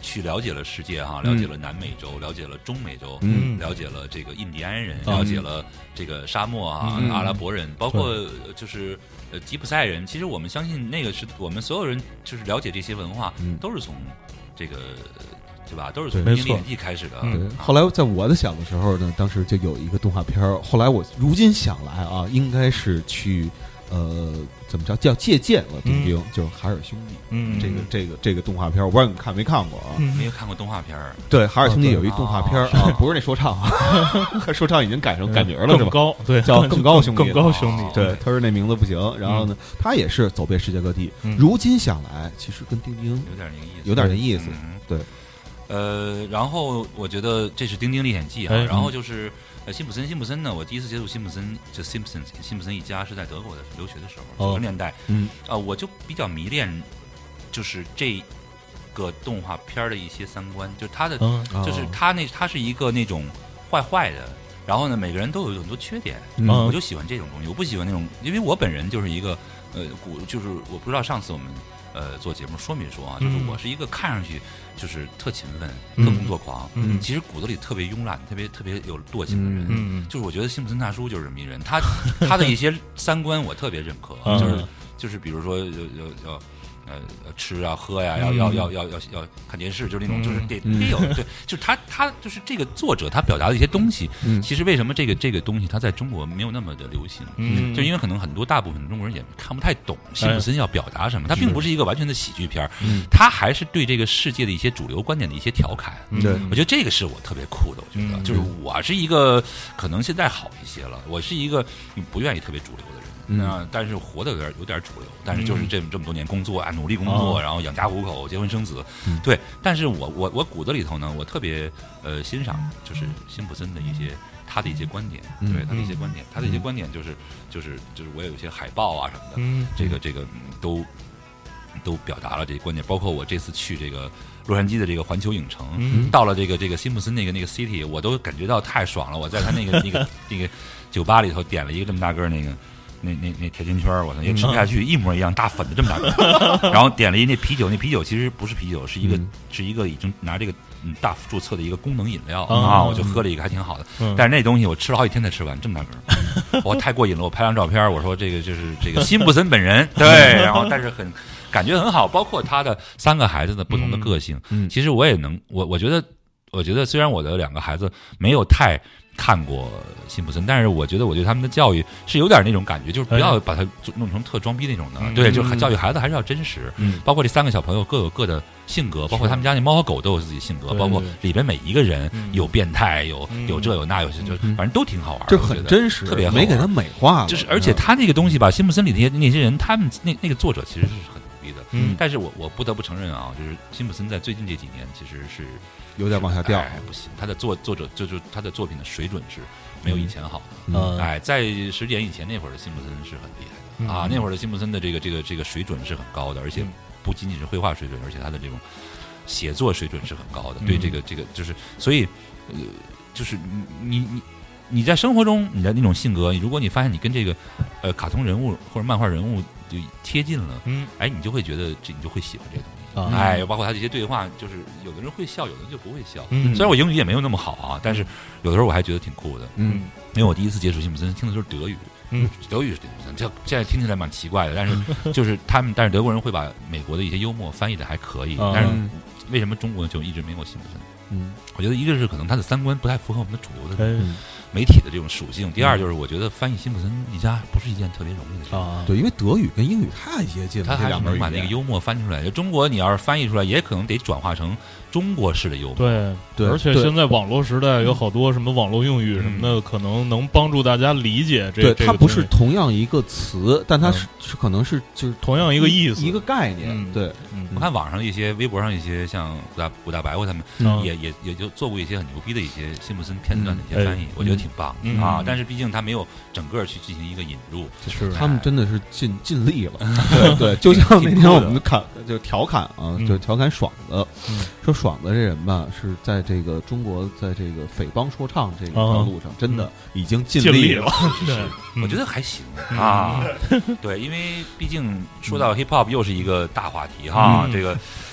去了解了世界哈，了解了南美洲，了解了中美洲，了解了这个印第安人，了解了这个沙漠啊，阿拉伯人，包括就是吉普赛人。其实我们相信那个是我们所有人就是了解这些文化，都是从这个。对吧？都是从《丁丁历险记》开始的。 后来在我的小的时候呢，当时就有一个动画片儿。后来我如今想来啊，应该是去怎么着叫借鉴了丁丁，就是海尔兄弟。这个动画片儿，我不知道你们看没看过啊？ 没有看过动画片儿。 对，海尔兄弟有一动画片儿啊，不是那说唱啊，说唱已经改名了，是吧？ 更高，对， 叫更高兄弟， 更高兄弟。 对，他说那名字不行。然后呢，他也是走遍世界各地。如今想来，其实跟丁丁有点那意思，对。 然后我觉得这是《丁丁历险记》哈，然后就是辛普森呢，我第一次接触辛普森就辛普森一家是在德国的留学的时候，90年代，我就比较迷恋，就是这个动画片的一些三观，就是他的，就是他是一个那种坏的，然后呢，每个人都有很多缺点，我就喜欢这种东西，我不喜欢那种，因为我本人就是一个就是我不知道上次我们。做节目说没说啊？就是我是一个看上去就是特勤奋、特工作狂，其实骨子里特别慵懒、特别有惰性的人。就是我觉得辛普森大叔就是这么一人，他的一些三观我特别认可，就是比如说要吃啊喝呀，要看电视，就是那种就是得有对，就是他就是这个作者他表达的一些东西，其实为什么这个东西他在中国没有那么的流行，就因为可能大部分中国人也看不太懂辛普森要表达什么，他并不是一个完全的喜剧片，他还是对这个世界的一些主流观点的一些调侃。我觉得这个是我特别酷的，我觉得就是我是一个可能现在好一些了，我是一个不愿意特别主流的人。但是活得有点主流，但是就是这么多年工作努力工作，然后养家糊口，结婚生子，对。但是我骨子里头呢，我特别欣赏就是辛普森的一些他的一些观点，对他的一些观点，他的一些观点就是我有一些海报啊什么的，这个都表达了这些观点，包括我这次去这个洛杉矶的这个环球影城，到了这个辛普森那个 city， 我都感觉到太爽了。我在他那个酒吧里头点了一个这么大个那甜心圈，我也吃不下去，一模一样大粉的这么大个，然后点了一那啤酒其实不是啤酒，是一个已经拿这个大注册的一个功能饮料啊，我就喝了一个还挺好的，但是那东西我吃了好几天才吃完，这么大个，我太过瘾了，我拍张照片，我说这个就是这个辛普森本人，对，然后但是感觉很好，包括他的3个孩子的不同的个性，其实我也能我觉得虽然我的2个孩子没有太看过辛普森，但是我觉得我对他们的教育是有点那种感觉，就是不要把它弄成特装逼那种的，对，就是教育孩子还是要真实。包括这3个小朋友各有各的性格，包括他们家那猫和狗都有自己性格，包括里边每一个人有变态，有这有那，就反正都挺好玩的， 这很真实， 特别好没给他美化了。 就是而且他那个东西吧，辛普森里那些人，他们那个作者其实是很牛逼的，但是我不得不承认啊，就是辛普森在最近这几年其实是有点往下掉，不行，他的作者就是他的作品的水准是没有以前好的。在10几年以前那会儿的辛普森是很厉害的啊，那会儿的辛普森的这个水准是很高的，而且不仅仅是绘画水准，而且他的这种写作水准是很高的。对这个就是所以就是你在生活中你的那种性格，如果你发现你跟这个卡通人物或者漫画人物就贴近了，你就会觉得你就会喜欢这个东西。包括他这些对话，就是有的人会笑，有的人就不会笑。虽然我英语也没有那么好啊，但是有的时候我还觉得挺酷的。因为我第一次接触辛普森听的都是德语，德语是这现在听起来蛮奇怪的，但是就是但是德国人会把美国的一些幽默翻译的还可以，但是为什么中国就一直没有辛普森？我觉得一个是可能他的三观不太符合我们的主流的媒体的这种属性，第二就是我觉得翻译辛普森一家不是一件特别容易的事啊。 对，因为德语跟英语太接近了， 他还是能把那个幽默翻出来。中国你要是翻译出来，也可能得转化成中国式的幽默。 对，而且现在网络时代有好多什么网络用语什么的，可能能帮助大家理解这。 对，它不是同样一个词，但它是可能是就是同样一个意思， 一个概念。对， 我看网上一些微博上一些像武大白话他们也就做过一些很牛逼的一些辛普森片段的一些翻译，我觉得挺棒啊。但是毕竟他没有整个去进行一个引入， 是他们真的是尽力了。对，就像那天我们就调侃啊，就调侃爽子，说爽子这人吧，是在这个中国在这个匪帮说唱这条路上，真的已经尽力了。 我觉得还行啊。对，因为毕竟说到 hip hop 又是一个大话题哈，这个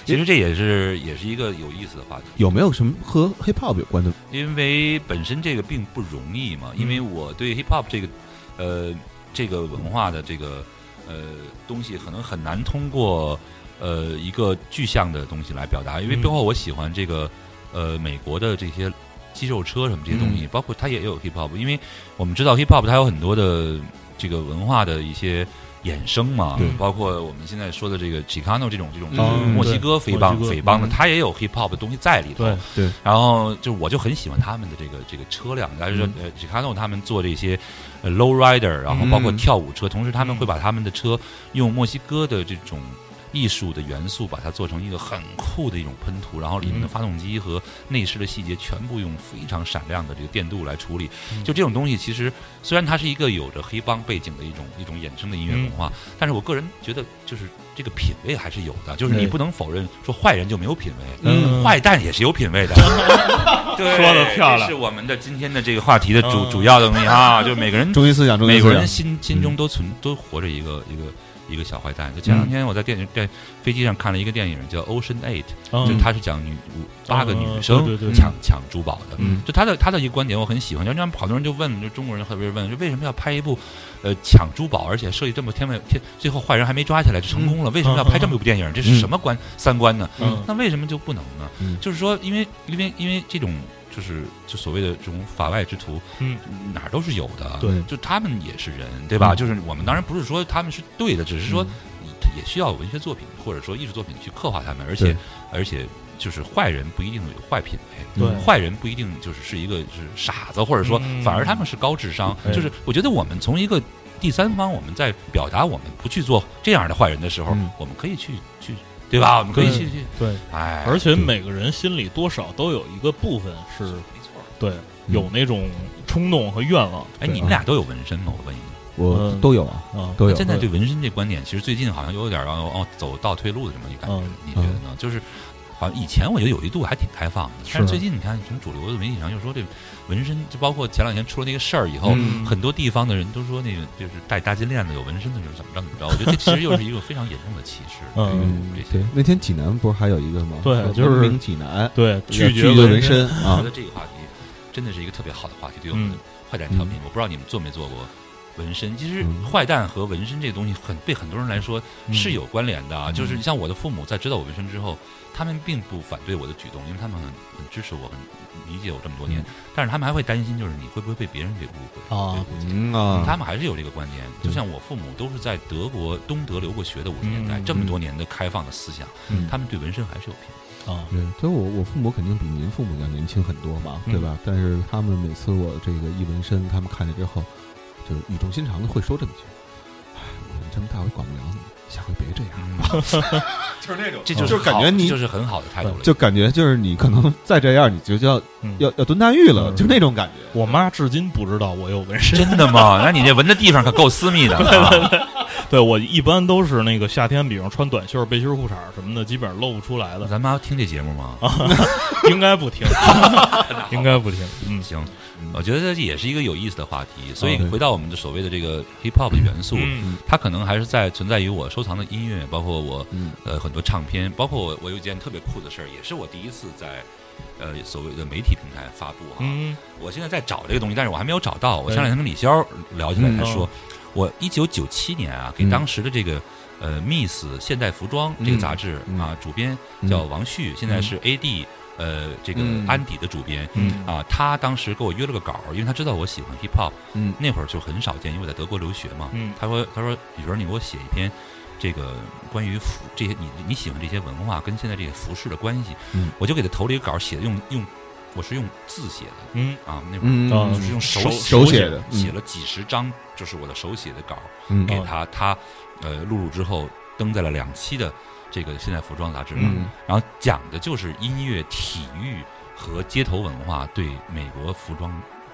其实这也是一个有意思的话题。 有没有什么和 hip hop 有关的？ 因为本身这个并不容易嘛，因为我对 hip hop 这个文化的这个东西可能很难通过一个具象的东西来表达，因为包括我喜欢这个美国的这些肌肉车什么这些东西，包括它也有 hip hop， 因为我们知道 hip hop 它有很多的这个文化的一些衍生嘛，包括我们现在说的这个 Chicano 这种墨西哥匪帮的，它也有 hip hop 的东西在里头。 对， 然后就我就很喜欢他们的这个车辆，但是Chicano 他们做这些low rider， 然后包括跳舞车，同时他们会把他们的车用墨西哥的这种艺术的元素把它做成一个很酷的一种喷涂，然后里面的发动机和内饰的细节全部用非常闪亮的这个电镀来处理。就这种东西，其实虽然它是一个有着黑帮背景的一种衍生的音乐文化，但是我个人觉得就是这个品味还是有的，就是你不能否认说坏人就没有品味，坏蛋也是有品味的。对， 说得漂亮， 这是我们的今天的这个话题的主要的东西啊，就每个人中心思想， 每个人心中都活着一个小坏蛋。就前两天我在飞机上看了一个电影叫《Ocean 8》，就他是讲8个女生抢珠宝的。就他的一个观点我很喜欢，就好多人就问，就中国人特别问，就为什么要拍一部抢珠宝，而且设计这么天最后坏人还没抓起来就成功了，为什么要拍这么一部电影？这是什么三观呢？那为什么就不能呢？就是说，因为这种。就所谓的这种法外之徒，哪儿都是有的， 对， 就他们也是人，对吧？就是我们当然不是说他们是对的，只是说也需要文学作品或者说艺术作品去刻画他们，而且就是坏人不一定有坏品味， 对， 坏人不一定是一个是傻子，或者说反而他们是高智商。就是我觉得我们从一个第三方，我们在表达我们不去做这样的坏人的时候，我们可以去。对吧？我们可以去对， 哎， 而且每个人心里多少都有一个部分是没错， 对，有那种冲动和愿望。 哎，你们俩都有纹身吗？我问你， 我都有啊，都有。 现在对纹身这观点，其实最近好像有点走倒退路的这么一个感觉，你觉得呢？就是好像以前我觉得有一度还挺开放的，但是最近你看从主流的媒体上又说这纹身，就包括前两天出了那个事儿以后，很多地方的人都说那个就是戴大金链子有纹身的就是怎么着，我觉得这其实又是一个非常严重的歧视。 对，那天济南不是还有一个吗？ 对，就是济南对拒绝纹身啊。 我觉得这个话题真的是一个特别好的话题，对我们坏蛋调频，我不知道你们做没做过纹身。其实坏蛋和纹身这个东西被很多人来说是有关联的啊。就是像我的父母在知道我纹身之后，他们并不反对我的举动，因为他们很支持我，很理解我这么多年。但是他们还会担心，就是你会不会被别人给误会啊？他们还是有这个观点。就像我父母都是在东德留过学的50年代，这么多年的开放的思想，他们对纹身还是有品味啊。对，所以我父母肯定比您父母要年轻很多嘛，对吧？但是他们每次我这个一纹身，他们看见之后，就语重心长的会说这么句：“哎，我这么大我管不了你，下回别这样。”就是那种， 这就是感觉你就是很好的态度了， 就感觉就是你可能再这样，你就要蹲大狱了，就那种感觉。 我妈至今不知道我有纹身， 真的吗？那你这纹的地方可够私密的。 对，我一般都是那个夏天，比方穿短袖、背心、裤衩什么的，基本上露不出来的。 咱妈听这节目吗？ 应该不听，应该不听。 行，我觉得这也是一个有意思的话题。所以回到我们的所谓的这个 hip hop 的元素，它可能还是存在于我收藏的音乐，包括我很多唱片，包括我有一件特别酷的事儿，也是我第一次在所谓的媒体平台发布哈。我现在在找这个东西，但是我还没有找到。我前两天跟李潇聊起来，他说。我1997年啊，给当时的这个Miss 现代服装这个杂志啊，主编叫王旭，现在是 AD 这个安迪的主编啊，他当时给我约了个稿，因为他知道我喜欢 hip hop，那会儿就很少见，因为我在德国留学嘛，他说宇文你给我写一篇这个关于这些你喜欢这些文化跟现在这些服饰的关系，我就给他投了一个稿，写的我是用字写的，那会儿就是用手写的，写了几十张，就是我的手写的稿，给他录之后登在了2期的这个现代服装杂志上，然后讲的就是音乐、体育和街头文化对美国服装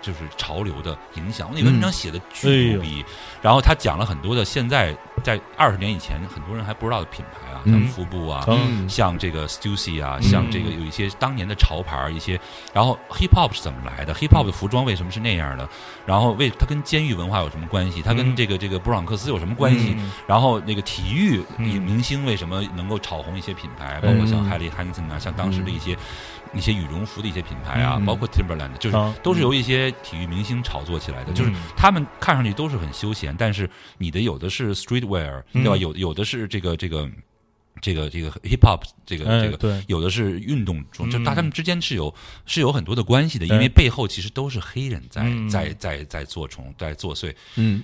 就是潮流的影响。那篇文章写的巨牛逼，然后他讲了很多的现在在20年以前很多人还不知道的品牌啊，像腹部啊，像这个 Stussy 啊，像这个有一些当年的潮牌一些，然后 hip hop 是怎么来的 ，hip hop 的服装为什么是那样的，然后它跟监狱文化有什么关系，它跟这个布朗克斯有什么关系，然后那个体育明星为什么能够炒红一些品牌，包括像 Helly Hansen 啊，像当时的一些羽绒服的一些品牌啊，包括 Timberland， 就是都是由一些体育明星炒作起来的，就是他们看上去都是很休闲，但是你的有的是 streetwear， 对吧？有的是这个 hip hop， 这个有的是运动中，就他们之间是有很多的关系的，因为背后其实都是黑人在做作祟，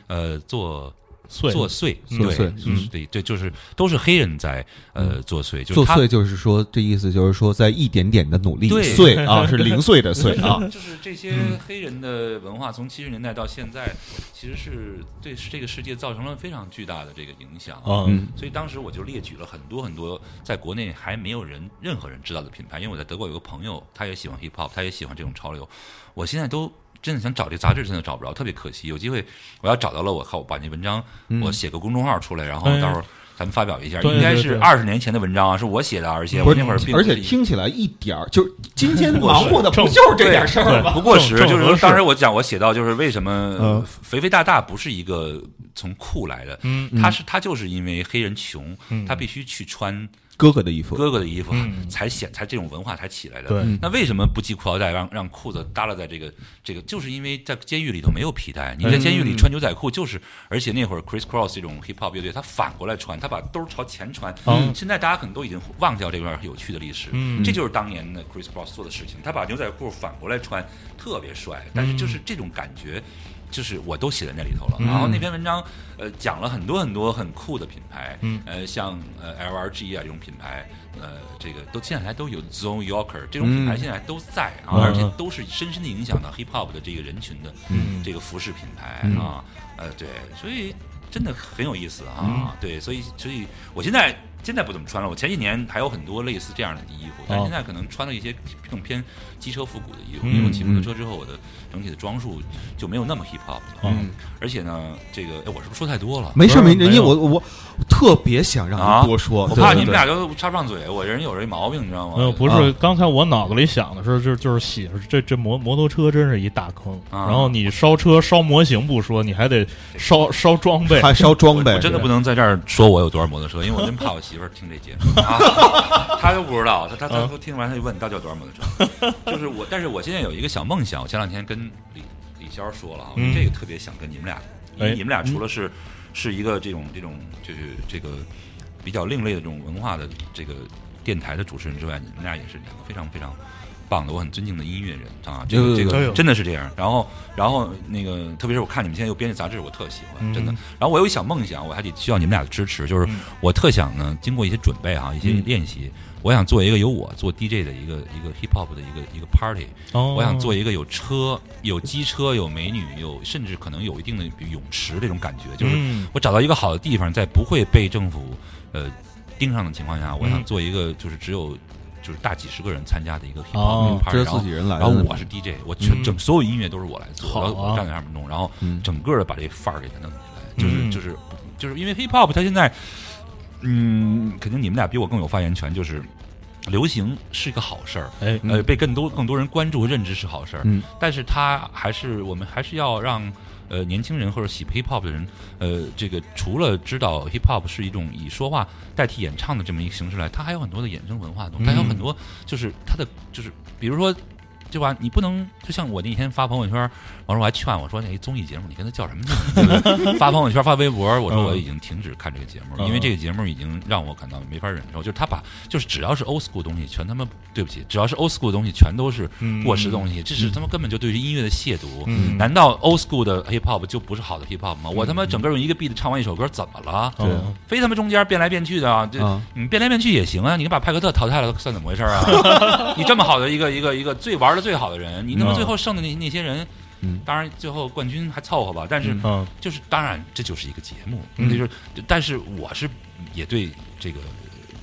作祟，对，就是都是黑人在作祟， 作祟就是说，这意思就是说，在一点点的努力，碎啊是零碎的碎啊， 就是这些黑人的文化从70年代到现在，其实是对这个世界造成了非常巨大的这个影响所以当时我就列举了很多很多在国内还没有任何人知道的品牌，因为我在德国有个朋友，他也喜欢 hip hop， 他也喜欢这种潮流，我现在都真的想找这个杂志，真的找不着，特别可惜。有机会我要找到了，我把那文章我写个公众号出来，然后到时候咱们发表一下。应该是20年前的文章啊，是我写的，而且我那会儿而且听起来一点儿就是今天忙活的不就是这点事儿吗？ 不过时，就是说当时我写到就是为什么肥肥大大不是一个从酷来的，他就是因为黑人穷，他必须去穿哥哥的衣服才这种文化才起来的。那为什么不系裤腰带，让裤子耷拉在这个？就是因为在监狱里头没有皮带，你在监狱里穿牛仔裤就是，而且那会儿 Chris Cross 这种 hip hop 乐队，他反过来穿，他把兜朝前穿。现在大家可能都已经忘掉这段有趣的历史，这就是当年的 Chris Cross 做的事情，他把牛仔裤反过来穿，特别帅。但是就是这种感觉。就是我都写在那里头了，然后那篇文章讲了很多很多很酷的品牌，像LRG 啊这种品牌，这个都现在还都有 Zone Yorker 这种品牌现在都在啊，而且都是深深的影响到 hip hop 的这个人群的这个服饰品牌啊，对，所以真的很有意思啊，对，所以我现在不怎么穿了，我前几年还有很多类似这样的衣服，但是现在可能穿了一些更偏机车复古的衣服，因为我骑摩托车之后，我的整体的装束就没有那么 hip hop 了。而且呢，这个我是不是说太多了？ 没事，人家我特别想让你多说， 我怕你们俩都插不上嘴。我人有这毛病，你知道吗？ 不是，刚才我脑子里想的是，就是写这摩托车真是一大坑。然后你烧车烧模型不说，你还得烧装备， 还烧装备。 我真的不能在这儿说我有多少摩托车，因为我真怕我媳妇儿听这节目，她都不知道，她听完她就问你到底有多少摩托车。就是我，但是我现在有一个小梦想，我前两天跟李潇说了，我这个特别想跟你们俩，因为你们俩除了是一个这种就是这个比较另类的这种文化的这个电台的主持人之外，你们俩也是两个非常非常棒的，我很尊敬的音乐人啊，这个真的是这样。然后那个，特别是我看你们现在又编辑杂志，我特喜欢，真的。然后我有一小梦想，我还得需要你们俩的支持，就是我特想呢，经过一些准备啊，一些练习，我想做一个由我做 DJ 的一个 hip hop 的一个 party。我想做一个有车、有机车、有美女、甚至可能有一定的泳池这种感觉，就是我找到一个好的地方，在不会被政府盯上的情况下，我想做一个就是就是大几十个人参加的一个 hip hop party， 自己人来， 然后我是 DJ， 我所有音乐都是我来做，我站在上面弄，然后整个的把这范儿给它弄起来，就是因为 hip hop 它现在，肯定你们俩比我更有发言权，就是流行是一个好事儿，被更多人关注和认知是好事儿，但是我们还是要让年轻人或者喜 hip hop 的人，这个除了知道 hip hop 是一种以说话代替演唱的这么一个形式来，它还有很多的衍生文化的东西，它有很多就是它的就是比如说。对吧？你不能就像我那天发朋友圈，完了我还劝我说：“那综艺节目你跟他较什么劲？”发朋友圈发微博，我说我已经停止看这个节目了，因为这个节目已经让我感到没法忍受。就是他就是只要是 old school 东西，全他妈对不起，只要是 old school 的东西，全都是过时的东西，这是他妈根本就对于音乐的亵渎。难道 old school 的 hip hop 就不是好的 hip hop 吗？我他妈整个用一个 beat 唱完一首歌，怎么了？非他妈中间变来变去的啊！你变来变去也行啊！你把派克特淘汰了，算怎么回事啊？你这么好的一个最玩的最好的人，你他妈最后剩的那些人，当然最后冠军还凑合吧，但是就是当然这就是一个节目，就是但是我是也对这个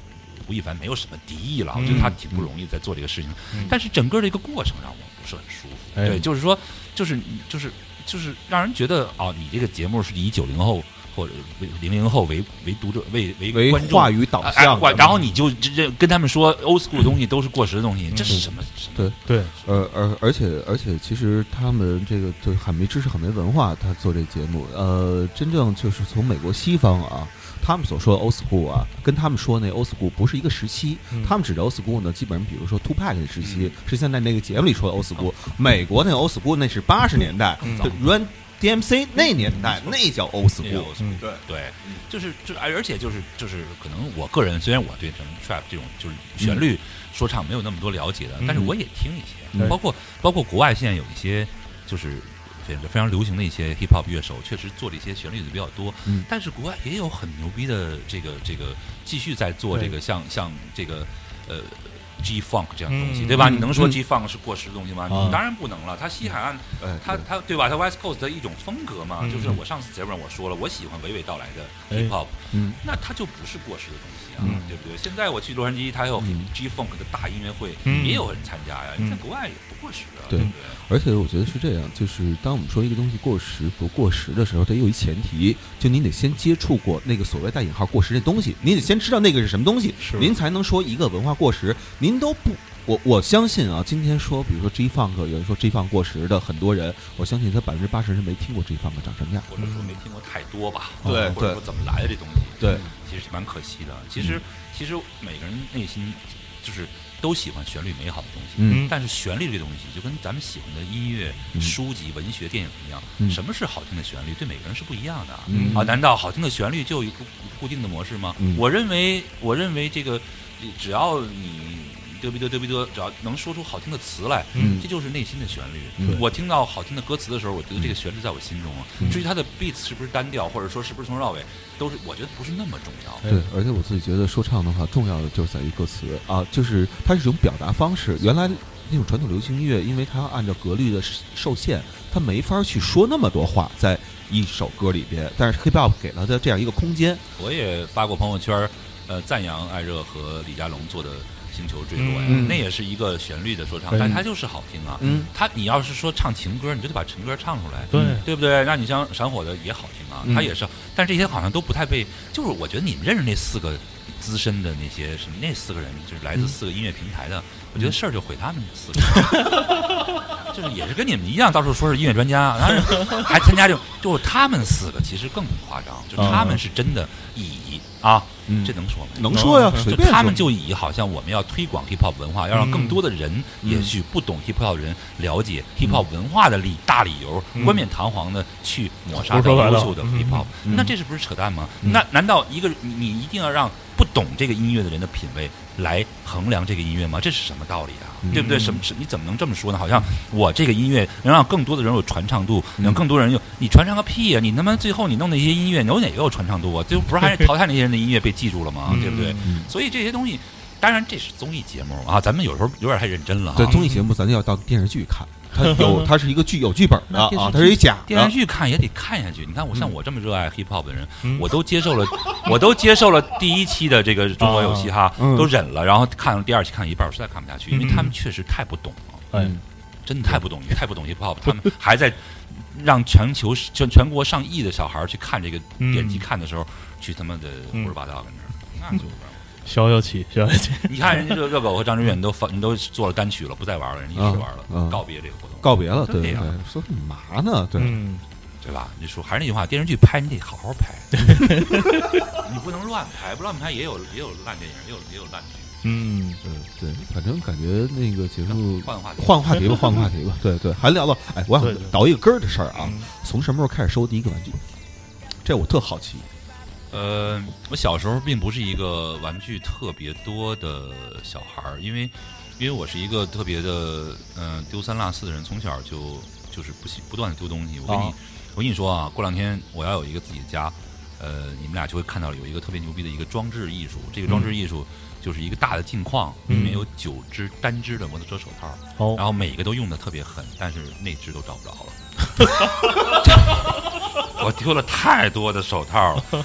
吴亦凡没有什么敌意了，我觉得他挺不容易在做这个事情，但是整个这个过程让我不是很舒服。对，就是说，就是让人觉得你这个节目是以90后或者00后为读者为观众话语导向， 然后你就跟他们说 old school 的东西都是过时的东西，这是什么？ 对，而且其实他们这个就是很没知识、很没文化，他做这节目，真正就是从美国西方啊。他们所说的 old school 啊，跟他们说那 old school 不是一个时期。他们指的 old school 呢，基本上比如说 Tupac 的时期，是现在那个节目里说的 old school。美国那个 old school 那是80年代，就 Run DMC 那年代，那叫 old school。 对，而且就是可能我个人虽然我对什么 trap 这种就是旋律说唱没有那么多了解的，但是我也听一些，包括国外现在有一些就是非常流行的一些 hip hop 乐手，确实做了一些旋律的比较多，但是国外也有很牛逼的这个继续在做这个像这个G Funk 这样的东西，对吧？你能说 G Funk 是过时的东西吗？你当然不能了。它西海岸，它对吧？它 West Coast 的一种风格嘛，就是我上次节目上我说了，我喜欢娓娓道来的 hip hop，那它就不是过时的东西啊，对不对？现在我去洛杉矶，它有 G Funk 的大音乐会，也有人参加呀，在国外也不过时啊，对不对？ 而且我觉得是这样，就是当我们说一个东西过时不过时的时候，得有一前提，就您得先接触过那个所谓带引号过时这东西，您得先知道那个是什么东西，您才能说一个文化过时。您都不，我相信啊，今天说，比如说 G Funk， 有人说 G Funk 过时的很多人，我相信他80%是没听过 G Funk 长什么样， 或者说没听过太多吧， 对， 或者说怎么来的这东西， 对， 其实蛮可惜的。其实每个人内心就是都喜欢旋律美好的东西，但是旋律这东西就跟咱们喜欢的音乐、书籍、文学、电影一样，什么是好听的旋律，对每个人是不一样的啊！难道好听的旋律就有一个固定的模式吗？我认为这个只要你嘚比嘚，只要能说出好听的词来，这就是内心的旋律。我听到好听的歌词的时候，我觉得这个旋律在我心中啊。至于它的 beats 是不是单调，或者说是不是从头到尾，都是我觉得不是那么重要。 对，而且我自己觉得说唱的话，重要的就是在于歌词啊，就是它是一种表达方式。原来那种传统流行音乐，因为它要按照格律的受限，它没法去说那么多话在一首歌里边。但是 hip hop 给了它这样一个空间。 我也发过朋友圈，赞扬艾热和李佳隆做的星球坠落呀，那也是一个旋律的说唱，但它就是好听啊。你要是说唱情歌，你就得把情歌唱出来，对不对？那你像闪火的也好听啊，它也是，但这些好像都不太被。就是我觉得你们认识那4个资深的那些什么，那4个人就是来自4个音乐平台的，我觉得事儿就毁他们4个，就是也是跟你们一样，到处说是音乐专家，然后还参加就他们4个其实更夸张，就他们是真的以啊。这能说吗？ 能说呀，随便说。 他们就以好像我们要推广 hip hop 文化，要让更多的人，也许不懂 hip hop 的人了解 hip hop 文化的大理由，冠冕堂皇的去抹杀掉优秀的 hip hop，那这是不是扯淡吗？那难道你一定要让不懂这个音乐的人的品味来衡量这个音乐吗？这是什么道理啊？对不对？你怎么能这么说呢？好像我这个音乐能让更多的人有传唱度，让更多人你传唱个屁啊！你他妈最后你弄那些音乐，有哪个有传唱度啊？就不是还是淘汰那些人的音乐被记住了吗？对不对？所以这些东西，当然这是综艺节目啊，咱们有时候有点太认真了。 对，综艺节目咱就要当电视剧看。它是一个有剧本的啊，它是一假的。 电视剧看也得看下去。你看，像我这么热爱 hip hop 的人，我都接受了第1期的这个中国有嘻哈，都忍了，然后看了第2期，看一半，我实在看不下去，因为他们确实太不懂了，真的太不懂 hip hop， 他们还在让全国上亿的小孩去看这个点击看的时候，去他妈的胡说八道跟这儿，那就。 消消气。 你看人家热狗和张震岳，你都做了单曲了，不再玩了，人家一直玩了，告别这个活动， 告别了，对，说干嘛呢？对， 对吧？你说还是那句话，电视剧拍你得好好拍，你不能乱拍，不乱拍也有烂电影，也有烂剧。 对，反正感觉那个节目换个话题吧，对，还聊到，我想倒一个根儿的事儿啊，从什么时候开始收第一个玩具？这我特好奇。 我小时候并不是一个玩具特别多的小孩儿，因为我是一个特别的丢三落四的人，从小就是不断的丢东西。我跟你说啊，过2天我要有一个自己的家，你们俩就会看到有一个特别牛逼的一个装置艺术。这个装置艺术就是一个大的镜框，里面有9只单只的摩托车手套，然后每个都用的特别狠，但是那只都找不着了。我丢了太多的手套了。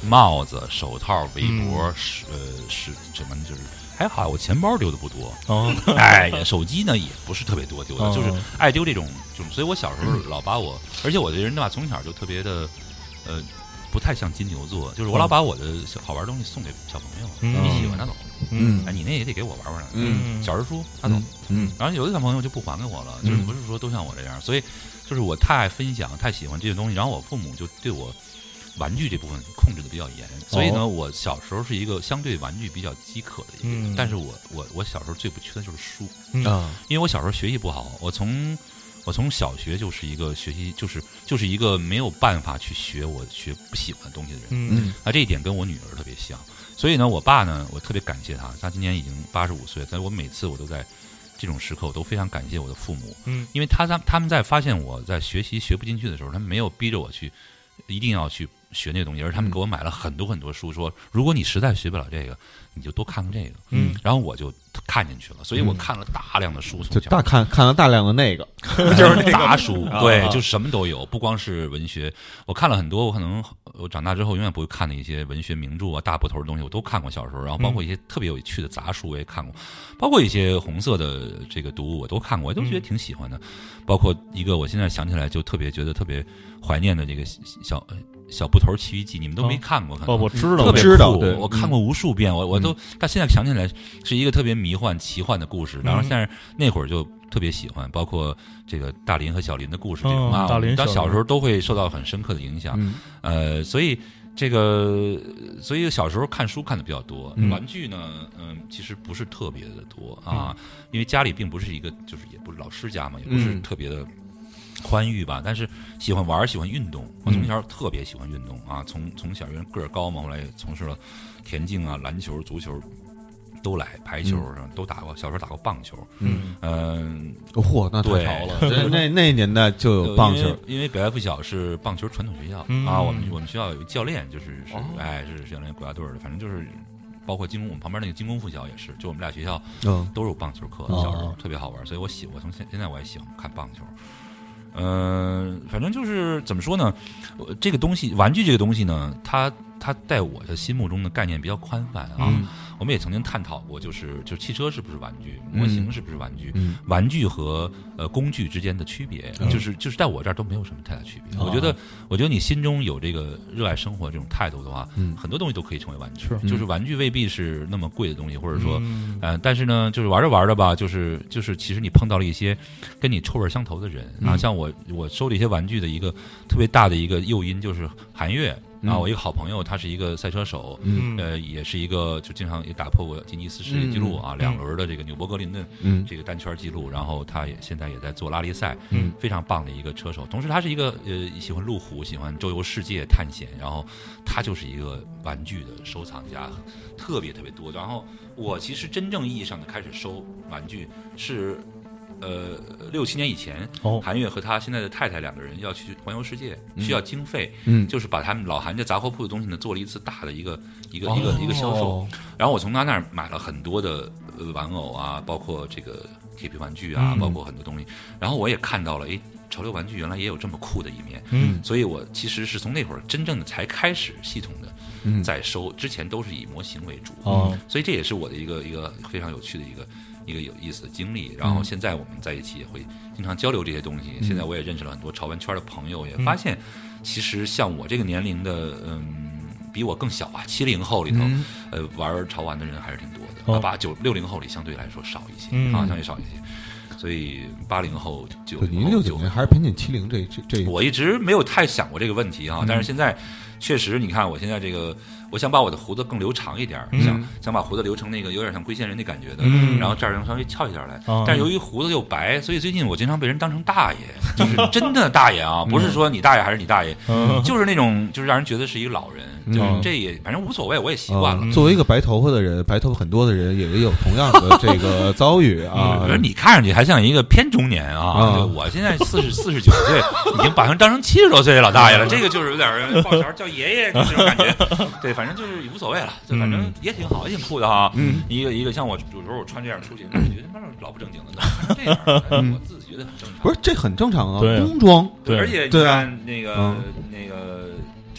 帽子、手套、围脖，是什么就是。还好，我钱包丢的不多。手机呢也不是特别多丢的，就是爱丢这种。所以我小时候老把我，而且我这人吧，从小就特别的，不太像金牛座，就是我老把我的好玩的东西送给小朋友，你喜欢拿走，你那也得给我玩玩，小人书拿走，然后有的小朋友就不还给我了，就是不是说都像我这样，所以就是我太爱分享，太喜欢这些东西，然后我父母就对我。玩具这部分控制的比较严，所以呢，我小时候是一个相对玩具比较饥渴的一个人。但是我小时候最不缺的就是书因为我小时候学习不好，我从小学就是一个学习就是一个没有办法去学我不喜欢的东西的人。这一点跟我女儿特别像，所以呢，我爸呢，我特别感谢他今年已经85岁，但是我每次我都在这种时刻，我都非常感谢我的父母，因为他们在发现我在学习学不进去的时候，他们没有逼着我去一定要去学那个东西，而他们给我买了很多很多书，说如果你实在学不了这个，你就多看看这个。然后我就看进去了，所以我看了大量的书， 就看了大量的那个， 就是那杂书，对，就什么都有，不光是文学，我看了很多，我可能我长大之后永远不会看的一些文学名著啊，大部头的东西我都看过小时候，然后包括一些特别有趣的杂书我也看过，包括一些红色的这个读物我都看过，我都觉得挺喜欢的，包括一个我现在想起来就特别觉得特别怀念的这个小布头奇遇记，你们都没看过？ 我知道， 特别酷，我看过无数遍，我都，但现在想起来是一个特别迷幻、奇幻的故事。然后，但是那会儿就特别喜欢，包括这个大林和小林的故事这种啊，到小时候都会受到很深刻的影响。所以小时候看书看的比较多，玩具呢，其实不是特别的多啊，因为家里并不是一个，就是也不是老师家嘛，也不是特别的。宽裕吧，但是喜欢玩，喜欢运动。我从小特别喜欢运动啊，从小因为个儿高嘛，后来也从事了田径啊、篮球、足球都来，排球都打过。小时候打过棒球， 那太潮了。那年代就有棒球， 因为北外附小是棒球传统学校啊。我们学校有一教练，是教练国家队的，反正就是。包括我们旁边那个精工附小也是，就我们俩学校都是有棒球课，小时候特别好玩，所以我从现在我也喜欢看棒球。反正就是怎么说呢，这个东西，玩具这个东西呢，它在我的心目中的概念比较宽泛啊。我们也曾经探讨过，就是汽车是不是玩具，模型是不是玩具，玩具和工具之间的区别，就是在我这儿都没有什么太大区别。我觉得你心中有这个热爱生活这种态度的话，很多东西都可以成为玩具。就是玩具未必是那么贵的东西，或者说，但是呢，就是玩着玩着吧，就是其实你碰到了一些跟你臭味相投的人啊，像我收了一些玩具的一个特别大的一个诱因就是韩越。我一个好朋友，他是一个赛车手，也是一个就经常也打破过吉尼斯世界纪录啊，2轮的这个纽博格林的这个单圈纪录，然后他现在也在做拉力赛，非常棒的一个车手。同时，他是一个喜欢路虎，喜欢周游世界探险，然后他就是一个玩具的收藏家，特别特别多。然后我其实真正意义上的开始收玩具是。6、7年以前，韩越和他现在的太太2个人要去环游世界，需要经费，就是把他们老韩家杂货铺的东西呢做了一次大的一个销售，然后我从他那儿买了很多的玩偶啊，包括这个铁皮玩具啊，包括很多东西，然后我也看到了，潮流玩具原来也有这么酷的一面，所以我其实是从那会儿真正的才开始系统的在收，之前都是以模型为主，所以这也是我的一个非常有趣的一个有意思的经历，然后现在我们在一起也会经常交流这些东西。现在我也认识了很多潮玩圈的朋友，也发现其实像我这个年龄的，比我更小啊，70后里头，玩潮玩的人还是挺多的。60后里相对来说少一些，相对少一些。所以80后您69年还是偏近70这， 我一直没有太想过这个问题啊，但是现在确实，你看我现在这个。我想把我的胡子更留长一点，想把胡子留成那个有点像龟仙人那感觉的，然后这儿能稍微翘一点来。但是由于胡子又白，所以最近我经常被人当成大爷，就是真的大爷啊，不是说你大爷还是你大爷，就是那种就是让人觉得是一个老人。就是这也反正无所谓，我也习惯了。 作为一个白头发的人，白头发很多的人也有同样的这个遭遇啊。 你看上去还像一个偏中年啊，我现在49岁，已经把人当成70多岁的老大爷了，这个就是有点抱小叫爷爷这种感觉。对，反正就是无所谓了，就反正也挺好，也挺酷的哈。一个像我有时候我穿这样出去，我觉得妈老不正经的，这样我自己觉得很正常。 不是，这很正常啊，工装。 对，而且你看那个。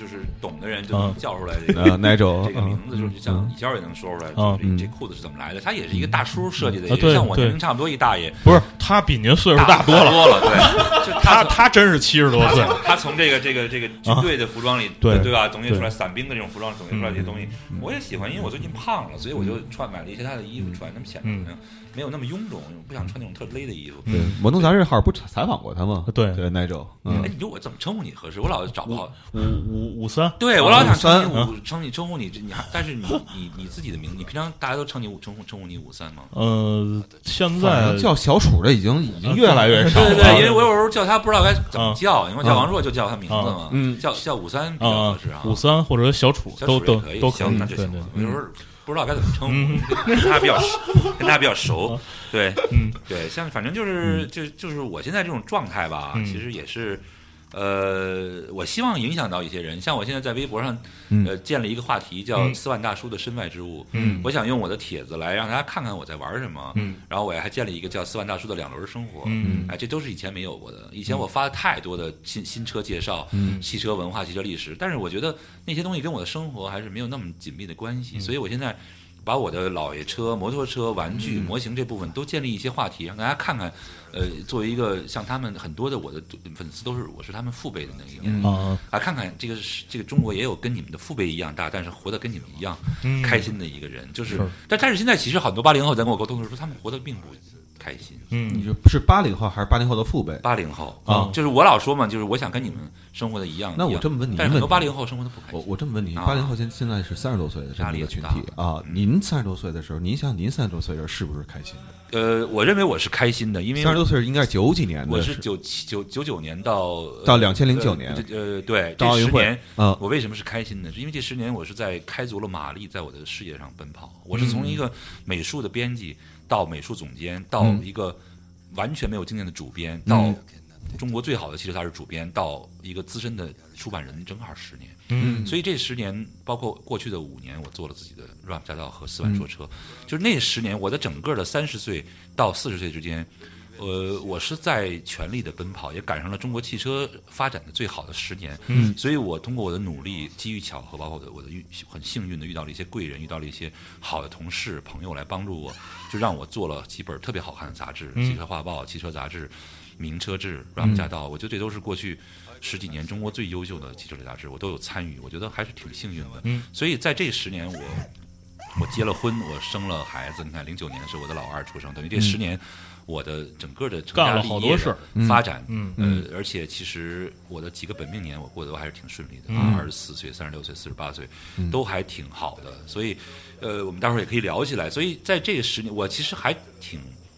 就是懂的人就能叫出来这个哪种这个名字，就是像李娇也能说出来，这裤子是怎么来的。他也是一个大叔设计的，也像我年龄差不多一大爷， 不是他比您岁数大多了，对，就他真是70多岁， 他从这个军队的服装里，对吧，总结出来伞兵的这种服装，总结出来这些东西，我也喜欢，因为我最近胖了，所以我就买了一些他的衣服穿，那么显得没有那么臃肿，不想穿那种特勒的衣服。 摩登杂志号不采访过他吗？ 对， 那种。 你说我怎么称呼你合适？我老找不好。 53， 对我老想称呼你，但是你自己的名字，你平常大家都称呼你53吗？ 现在叫小楚的已经越来越少了。 对，因为我有时候叫他不知道该怎么叫，因为叫王朔就叫他名字嘛，叫53比较合适啊。 53或者小楚都可以， 行，那就行。有时候不知道该怎么称呼，跟他比较熟，对，对，像反正就是我现在这种状态吧，其实也是，我希望影响到一些人。像我现在在微博上，建了一个话题叫“4万大叔的身外之物”，我想用我的帖子来让大家看看我在玩什么，然后我还建了一个叫“4万大叔的2轮生活”，这都是以前没有过的。以前我发了太多的新车介绍、汽车文化、汽车历史，但是我觉得那些东西跟我的生活还是没有那么紧密的关系，所以我现在把我的老爷车、摩托车、玩具、模型这部分都建立一些话题，让大家看看。作为一个像他们很多的我的粉丝我是他们父辈的那一年看看这个中国也有跟你们的父辈一样大，但是活得跟你们一样开心的一个人，就是但是现在其实很多80后在跟我沟通的时候，他们活得并不开心。 你是80后还是80后的父辈 ？80后就是我老说嘛，就是我想跟你们生活的一样。 那我这么问你， 但是很多80后生活的不开心。 我这么问你，80后现在是30多岁的这么一个群体啊，您30多岁的时候，您想您30多岁的时候是不是开心的？ 我认为我是开心的，因为 30多岁应该是90几年的， 我是99年到 2009年， 对，这10年，我为什么是开心的？是因为这10年我是在开足了马力，在我的事业上奔跑。我是从一个美术的编辑到美术总监，到一个完全没有经验的主编，到中国最好的汽车杂志主编，到一个资深的出版人，正好10年。所以这10年，包括过去的5年，我做了自己的 rap 驾照和4万说车，就是那10年，我的整个的30岁到40岁之间，我是在全力的奔跑，也赶上了中国汽车发展的最好的10年。所以我通过我的努力、机遇巧合，包括我的很幸运的遇到了一些贵人，遇到了一些好的同事朋友来帮助我，就让我做了几本特别好看的杂志，汽车画报、汽车杂志、名车志、rap 驾到，我觉得这都是过去10几年中国最优秀的汽车类杂志，我都有参与，我觉得还是挺幸运的。所以在这10年，我结了婚，我生了孩子。你看，09年是我的老2出生，等于这10年，我的整个的成家立业的发展，而且其实我的几个本命年，我过得都还是挺顺利的，24岁、36岁、48岁，都还挺好的。所以，我们待会儿也可以聊起来。所以在这10年，我其实还挺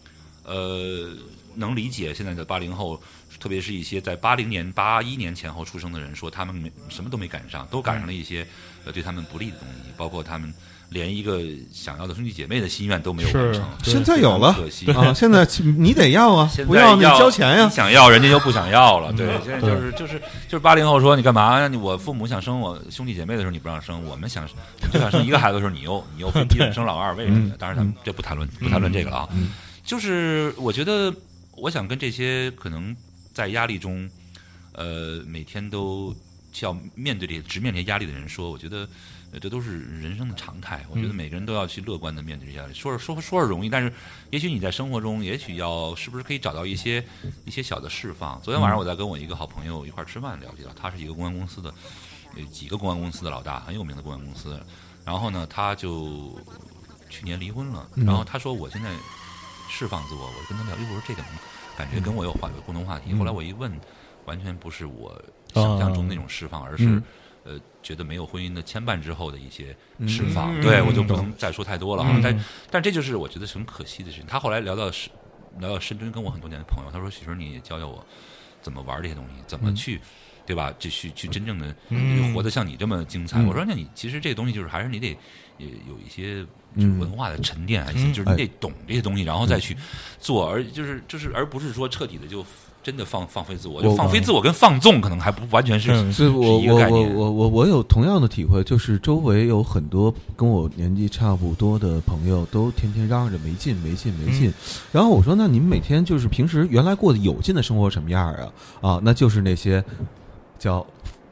能理解现在的80后。特别是一些在80年、81年前后出生的人，说他们什么都没赶上，都赶上了一些对他们不利的东西，包括他们连一个想要的兄弟姐妹的心愿都没有完成。 现在有了， 可惜啊！现在你得要啊，不要你交钱呀。 想要人家就不想要了，对，现在就是80后说你干嘛？我父母想生我兄弟姐妹的时候你不让生，我们就想生一个孩子的时候你又非逼着生老2，为什么？当然咱们这不谈论这个了啊。就是我觉得我想跟这些可能在压力中，每天都需要面对直面这些压力的人说，我觉得这都是人生的常态。我觉得每个人都要去乐观的面对这些压力。说是容易，但是也许你在生活中，也许是不是可以找到一些小的释放。昨天晚上我在跟我一个好朋友一块吃饭聊起来，他是一个公关公司的，几个公关公司的老大，很有名的公关公司。然后呢，他就去年离婚了。然后他说我现在释放自我，我跟他聊，我说这个感觉跟我有共同话题。后来我一问，完全不是我想象中那种释放，而是觉得没有婚姻的牵绊之后的一些释放。对，我就不能再说太多了啊。但这就是我觉得很可惜的事情。他后来聊到深圳，跟我很多年的朋友，他说：“许晨，你也教教我怎么玩这些东西，怎么去，对吧？去真正的活得像你这么精彩。”我说：“那你其实这个东西就是还是你得有一些。”就是文化的沉淀，就是你得懂这些东西，然后再去做，而而不是说彻底的就真的放飞自我，就放飞自我跟放纵可能还不完全是一个概念。 我有同样的体会，就是周围有很多跟我年纪差不多的朋友，都天天嚷嚷着没劲。然后我说，那你们每天就是平时原来过的有劲的生活什么样啊？那就是那些叫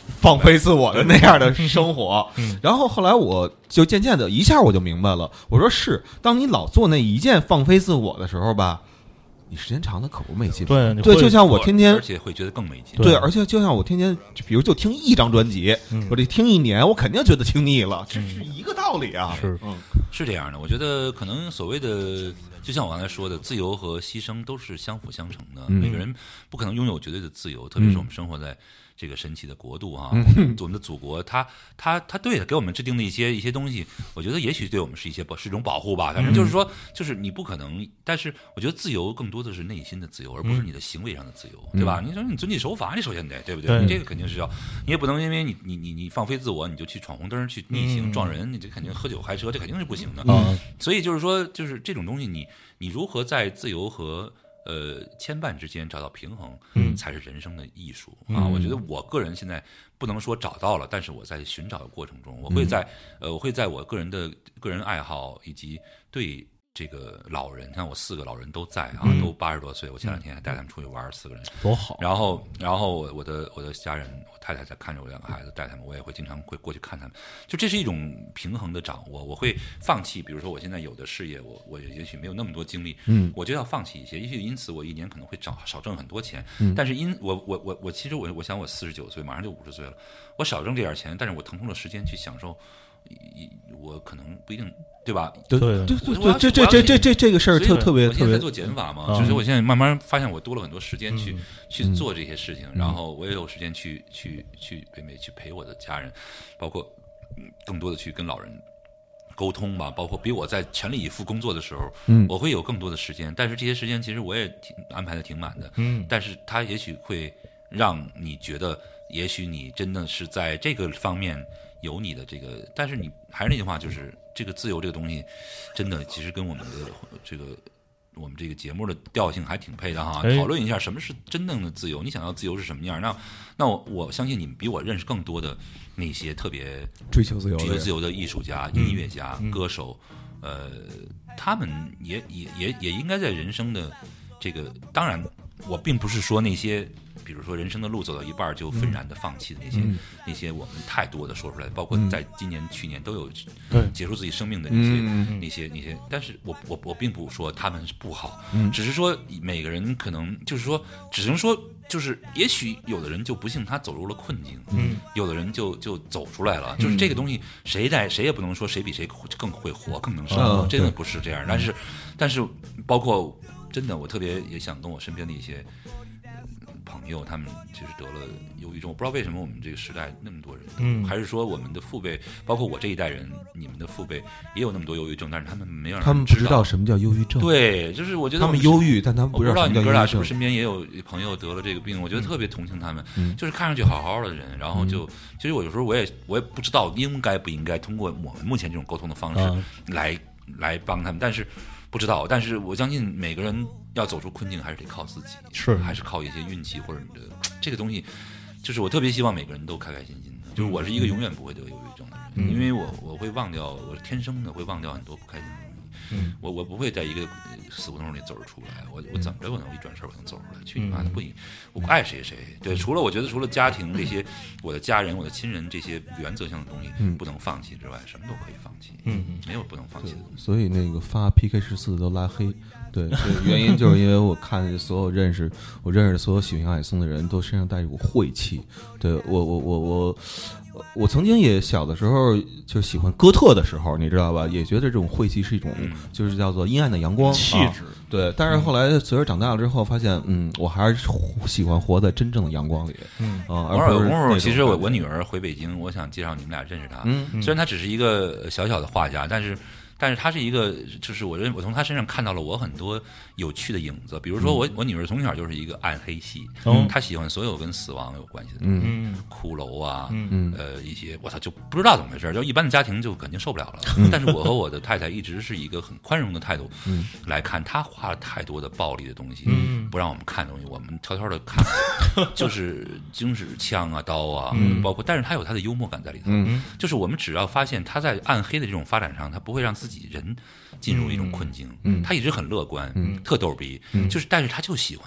放飞自我的那样的生活。然后后来我就渐渐的一下我就明白了，我说是，当你老做那一件放飞自我的时候吧，你时间长了可不没劲。对，就像我天天， 而且会觉得更没劲。 对，而且就像我天天，比如就听一张专辑，我这听1年，我肯定觉得听腻了，这是一个道理啊。 是这样的。我觉得可能所谓的，就像我刚才说的，自由和牺牲都是相辅相成的。每个人不可能拥有绝对的自由，特别是我们生活在这个神奇的国度啊，我们的祖国，它对的给我们制定的一些东西，我觉得也许对我们是一种保护吧。反正就是说，就是你不可能，但是我觉得自由更多的是内心的自由，而不是你的行为上的自由，对吧？你说你遵纪守法，你首先得对不对？你这个肯定是要，你也不能因为你放飞自我，你就去闯红灯、去逆行、撞人，你这肯定喝酒开车，这肯定是不行的。所以就是说，就是这种东西，你如何在自由和牵绊之间找到平衡，才是人生的艺术啊！我觉得我个人现在不能说找到了，但是我在寻找的过程中，我会在我个人爱好以及对这个老人，像我4个老人都在啊，都80多岁，我前2天还带他们出去玩，4个人多好。 然后我的家人，我太太在看着我2个孩子，带他们，我也会经常会过去看他们。就这是一种平衡的掌握，我会放弃，比如说我现在有的事业，我也许没有那么多精力，我就要放弃一些，也许因此我1年可能会少挣很多钱，但是我其实我想我49岁，马上就50岁了，我少挣这点钱，但是我腾出了时间去享受。我可能不一定，对吧？ 对，这个事儿特别。 我现在在做减法嘛，就是我现在慢慢发现我多了很多时间去做这些事情，然后我也有时间去北美去陪我的家人，包括更多的去跟老人沟通吧，包括比我在全力以赴工作的时候，我会有更多的时间，但是这些时间其实我也安排的挺满的，但是它也许会让你觉得，也许你真的是在这个方面。有你的这个，但是你还是那句话，就是这个自由这个东西，真的其实跟我们这个节目的调性还挺配的哈。讨论一下什么是真正的自由，你想要自由是什么样？那我相信你们比我认识更多的那些特别追求自由的艺术家、音乐家、歌手，他们也应该在人生的这个，当然我并不是说那些。比如说人生的路走到一半就愤然的放弃的那些我们太多的说出来，包括在今年去年都有结束自己生命的那些，但是我并不说他们是不好，只是说每个人可能就是说，只能说就是也许有的人就不幸他走入了困境，有的人就走出来了，就是这个东西谁也不能说谁比谁更会活更能生活，真的不是这样。但是包括真的我特别也想跟我身边的一些朋友，他们其实得了忧郁症，我不知道为什么我们这个时代那么多人，还是说我们的父辈，包括我这一代人，你们的父辈也有那么多忧郁症，但是他们没有， 他们不知道什么叫忧郁症。 对，就是我觉得他们忧郁，但他们不知道你哥俩是不是身边也有朋友得了这个病，我觉得特别同情他们，就是看上去好好的人，然后其实我有时候我也不知道应该不应该通过我们目前这种沟通的方式来帮他们，但是不知道，但是我相信每个人要走出困境还是得靠自己，还是靠一些运气或者你的这个东西，就是我特别希望每个人都开开心心的，就是我是一个永远不会得忧郁症的人，因为我会忘掉，我天生的会忘掉很多不开心的东西。我不会在一个死胡同里走着出来，我怎么着我能一转身我能走出来？去你妈的不行！我爱谁谁对，我觉得除了家庭这些，我的家人、我的亲人这些原则性的东西不能放弃之外，什么都可以放弃。没有不能放弃的东西。 所以那个发 PK14都拉黑，对，原因就是因为我看我认识的所有喜欢海松的人都身上带着股晦气。对我曾经也小的时候就喜欢哥特的时候，你知道吧？也觉得这种晦气是一种，就是叫做阴暗的阳光气质。 对，但是后来随着长大了之后，发现，我还是喜欢活在真正的阳光里。而不是其实我女儿回北京，我想介绍你们俩认识她。虽然她只是一个小小的画家，但是她是一个，就是我从她身上看到了我很多有趣的影子。比如说我女儿从小就是一个暗黑系，她喜欢所有跟死亡有关系的东西，骷髅啊，一些我操就不知道怎么回事，就一般的家庭就肯定受不了了。但是我和我的太太一直是一个很宽容的态度来看，她画了太多的暴力的东西，不让我们看的东西，我们悄悄的看，就是枪啊、刀啊，包括，但是她有她的幽默感在里头。就是我们只要发现她在暗黑的这种发展上，她不会让自己人进入一种困境，他一直很乐观，特逗逼，就是但是他就喜欢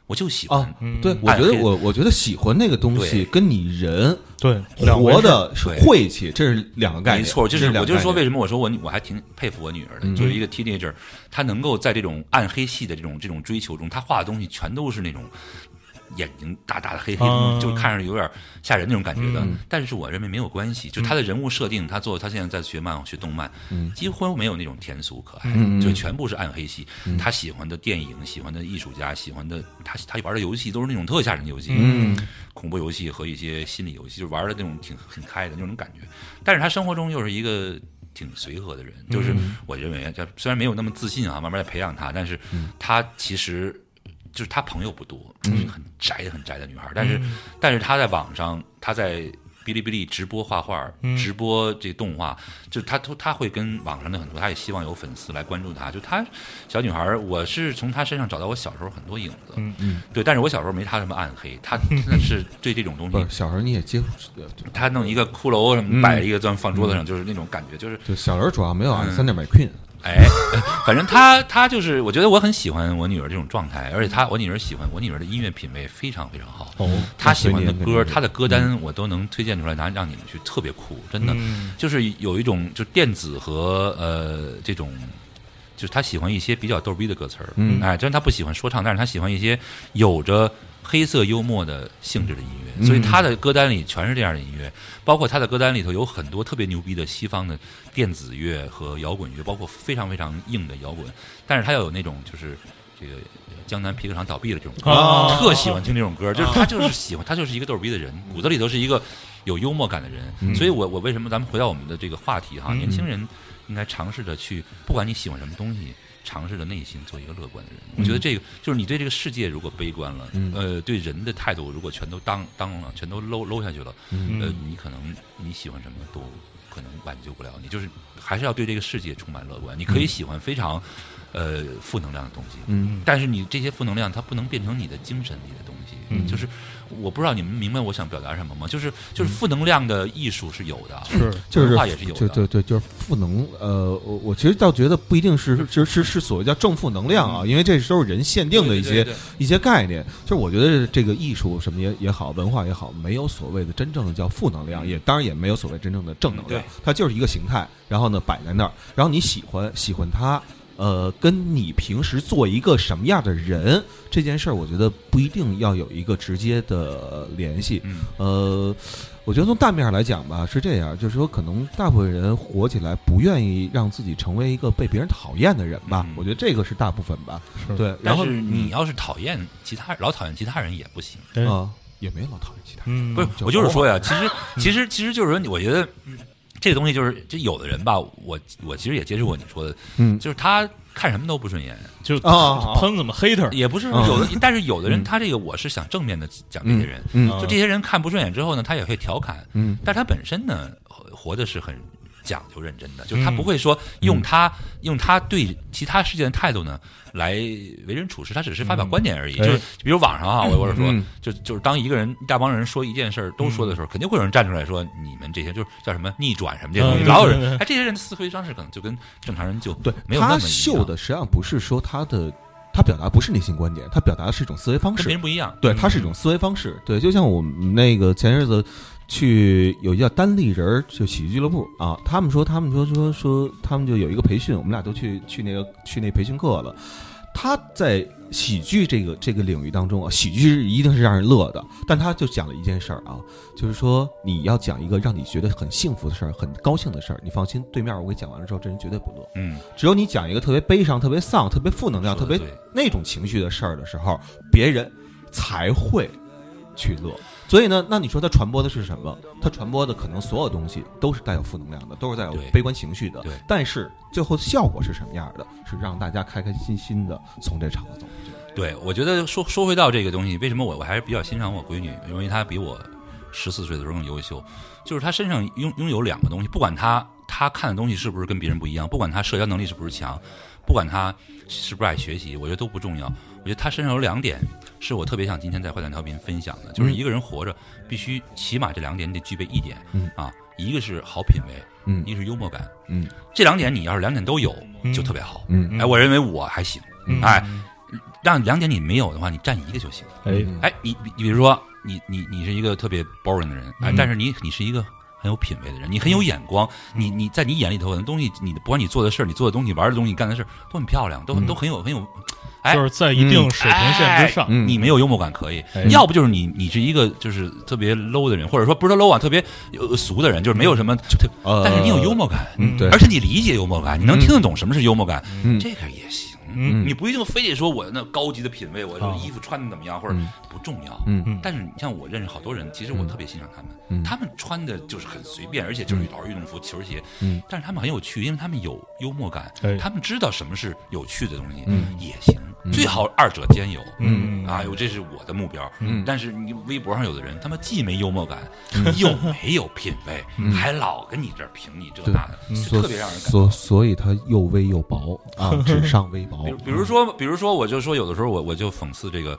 我就喜欢。 对，我觉得喜欢那个东西跟你人对活的晦气，这是两个概念。 没错，就是我就说为什么我说我还挺佩服我女儿的，就是一个 teenager， 她能够在这种暗黑系的这种追求中，她画的东西全都是那种眼睛大大的黑黑的，就是看上去有点吓人那种感觉的。但是我认为没有关系，就他的人物设定，他现在在学动漫，几乎没有那种甜俗可爱，就全部是暗黑系。他喜欢的电影、喜欢的艺术家、喜欢的他玩的游戏都是那种特吓人的游戏，恐怖游戏和一些心理游戏，就是玩的那种很开的那种感觉。但是他生活中又是一个挺随和的人，就是我认为虽然没有那么自信啊，慢慢在培养他，但是他其实。就是她朋友不多，就是很宅的女孩，但是她在网上，她在哔哩哔哩直播画画，直播这动画，就是她会跟网上的很多，她也希望有粉丝来关注她。就她小女孩，我是从她身上找到我小时候很多影子，对，但是我小时候没她这么暗黑，她真的是对这种东西， 小时候你也接触， 她弄一个骷髅什么摆一个钻放桌子上，就是那种感觉，就小时候主要没有3D McQueen。 反正他就是，我觉得我很喜欢我女儿这种状态，而且我女儿的音乐品味非常非常好。她喜欢的歌，她的歌单我都能推荐出来，让你们去，特别酷，真的，就是有一种就电子和这种，就是她喜欢一些比较逗逼的歌词儿，虽然她不喜欢说唱，但是她喜欢一些有着黑色幽默的性质的音乐，所以他的歌单里全是这样的音乐，包括他的歌单里头有很多特别牛逼的西方的电子乐和摇滚乐，包括非常非常硬的摇滚，但是他要有那种就是这个江南皮革厂倒闭了这种歌，特喜欢听这种歌，就是他就是喜欢，他就是一个逗逼的人，骨子里头是一个有幽默感的人，所以我为什么咱们回到我们的这个话题哈，年轻人应该尝试着去，不管你喜欢什么东西。尝试着内心做一个乐观的人，我觉得这个就是你对这个世界如果悲观了，对人的态度如果全都当了，全都搂下去了，你可能你喜欢什么都可能挽救不了你，就是还是要对这个世界充满乐观。你可以喜欢非常负能量的东西，但是你这些负能量它不能变成你的精神里的东西，就是我不知道你们明白我想表达什么吗？就是负能量的艺术是有的， 就是文化也是有的， 对，就是负能我其实倒觉得不一定是所谓叫正负能量啊，因为这都是人限定的一些概念。就是我觉得这个艺术什么也好，文化也好，没有所谓的真正的叫负能量，也当然也没有所谓真正的正能量，它就是一个形态，然后呢摆在那儿，然后你喜欢它。跟你平时做一个什么样的人这件事儿，我觉得不一定要有一个直接的联系。我觉得从大面上来讲吧，是这样，就是说可能大部分人活起来不愿意让自己成为一个被别人讨厌的人吧。我觉得这个是大部分吧。对，然后你要是老讨厌其他人也不行啊，也没老讨厌其他人。 不是，我就是说呀，其实就是说，我觉得。这个东西就有的人吧，我其实也接触过你说的，就是他看什么都不顺眼， 就喷怎么 hater 也不是有的，但是有的人他这个我是想正面的讲这些人，就这些人看不顺眼之后呢，他也会调侃，但是他本身呢活的是很讲究认真的，就是他不会说用他对其他事件的态度呢来为人处事，他只是发表观点而已。就是比如网上啊，我是说，就是当一个人一大帮人说一件事儿都说的时候，肯定会有人站出来说你们这些就是叫什么逆转什么这些东西，老有人这些人的思维方式可能就跟正常人就没有那么一样。 他秀的实际上不是说他表达不是内心观点，他表达的是一种思维方式， 跟别人不一样。 对，他是一种思维方式。对，就像我们那个前日子去有一叫单立人就喜剧俱乐部啊，他们说他们就有一个培训，我们俩都去那培训课了。他在喜剧这个领域当中啊，喜剧一定是让人乐的，但他就讲了一件事儿啊，就是说你要讲一个让你觉得很幸福的事儿，很高兴的事儿，你放心，对面我给讲完了之后，这人绝对不乐。只有你讲一个特别悲伤、特别丧、特别负能量、特别那种情绪的事儿的时候，别人才会去乐。所以呢，那你说它传播的是什么？它传播的可能所有东西都是带有负能量的，都是带有悲观情绪的。但是最后的效果是什么样的？是让大家开开心心的从这场子走。 对，我觉得说回到这个东西，为什么我还是比较欣赏我闺女，因为她比我14岁的时候更优秀。就是她身上拥有两个东西，不管她看的东西是不是跟别人不一样，不管她社交能力是不是强，不管她是不是爱学习，我觉得都不重要。我觉得她身上有两点是我特别想今天在坏蛋调频分享的，就是一个人活着必须起码这两点你得具备一点，一个是好品味，一个是幽默感，这两点你要是两点都有就特别好，我认为我还行， 让2点你没有的话，你占1个就行。你比如说你是一个特别 boring 的人，但是你是一个很有品味的人，你很有眼光，你在你眼里头的东西，你不管你做的事儿，你做的东西，玩的东西，干的事儿都很漂亮，都很有。 就是在一定水平线之上， 你没有幽默感可以，要不就是你是一个就是特别 low 的人，或者说不是说 low 啊，特别俗的人，就是没有什么，但是你有幽默感， 对， 而且你理解幽默感，你能听得懂什么是幽默感，这个也行。你不一定非得说我那高级的品味，我衣服穿的怎么样，或者不重要。但是你像我认识好多人，其实我特别欣赏他们，他们穿的就是很随便，而且就是老是运动服、球鞋，但是他们很有趣，因为他们有幽默感，他们知道什么是有趣的东西，也行。最好2者兼有，这是我的目标。但是你微博上有的人，他们既没幽默感，又没有品味，还老跟你这儿评你这那的，特别让人感动。 所以他又微又薄啊，纸上微薄。 比如说，我就说有的时候我就讽刺这是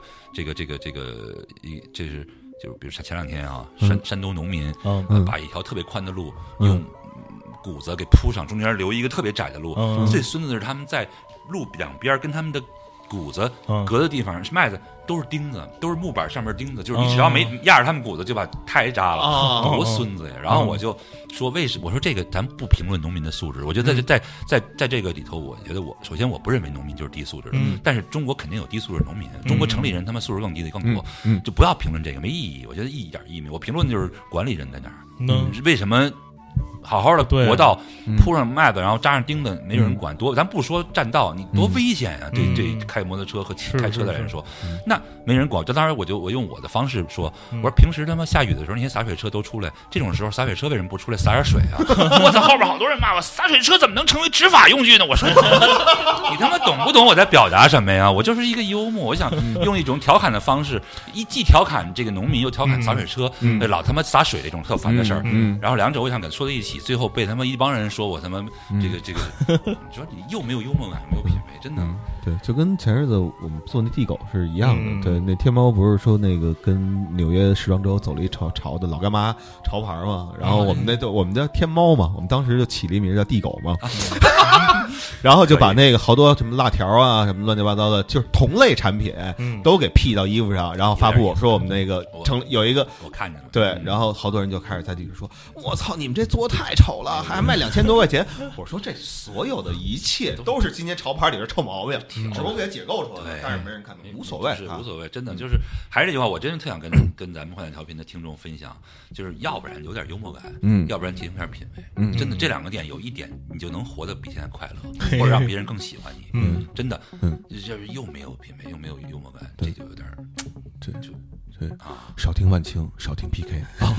就是比如前2天啊，山东农民把一条特别宽的路用谷子给铺上，中间留一个特别窄的路。最孙子的是他们在路两边跟他们的谷子隔的地方麦子都是钉子，都是木板上面钉子，就是你只要没压着他们谷子就把胎扎了，多孙子呀！然后我就说为什么？我说这个咱不评论农民的素质，我觉得在这个里头，我觉得首先我不认为农民就是低素质的，但是中国肯定有低素质的农民，中国城里人他们素质更低的更多，就不要评论这个，没意义，我觉得一点意义没有。我评论就是管理人在哪儿，为什么？好好的国道铺上麦子，然后扎上钉子，没有人管，咱不说占道，你多危险啊！对开摩托车和开车的人说，那没人管。当然，我用我的方式说，我说平时他妈下雨的时候，那些洒水车都出来，这种时候洒水车为什么不出来洒点水啊？我操，后边好多人骂我，洒水车怎么能成为执法用具呢？我说你他妈懂不懂我在表达什么呀？我就是一个幽默，我想用一种调侃的方式，既调侃这个农民，又调侃洒水车，老他妈洒水这种特烦的事儿，然后2者我想给说在一起。最后被他们一帮人说我他妈这个，你说你又没有幽默感，没有品味，真的。 对，就跟前日子我们做那地狗是一样的。对，那天猫不是说那个跟纽约时装周走了一潮的老干妈潮牌嘛，然后我们叫天猫嘛，我们当时就起了一名叫地狗嘛，然后就把那个好多什么辣条啊什么乱七八糟的，就是同类产品都给 P 到衣服上，然后发布说我们那个有一个我看见了， 对，然后好多人就开始在地上说，我操，你们这做太丑了，还卖2000多块钱。我说这所有的一切都是今年潮牌里边臭毛病，只不过给解构出来，但是没人看懂，无所谓， 无所谓，真的就是还是这句话，我真的特想跟咱们坏蛋调频的听众分享，就是要不然有点幽默感，要不然提升点品味，真的这2个点有一点，你就能活得比现在快乐，或者让别人更喜欢你，真的，就是又没有品味，又没有幽默感，这就有点， 对少听万青，少听 PK 啊。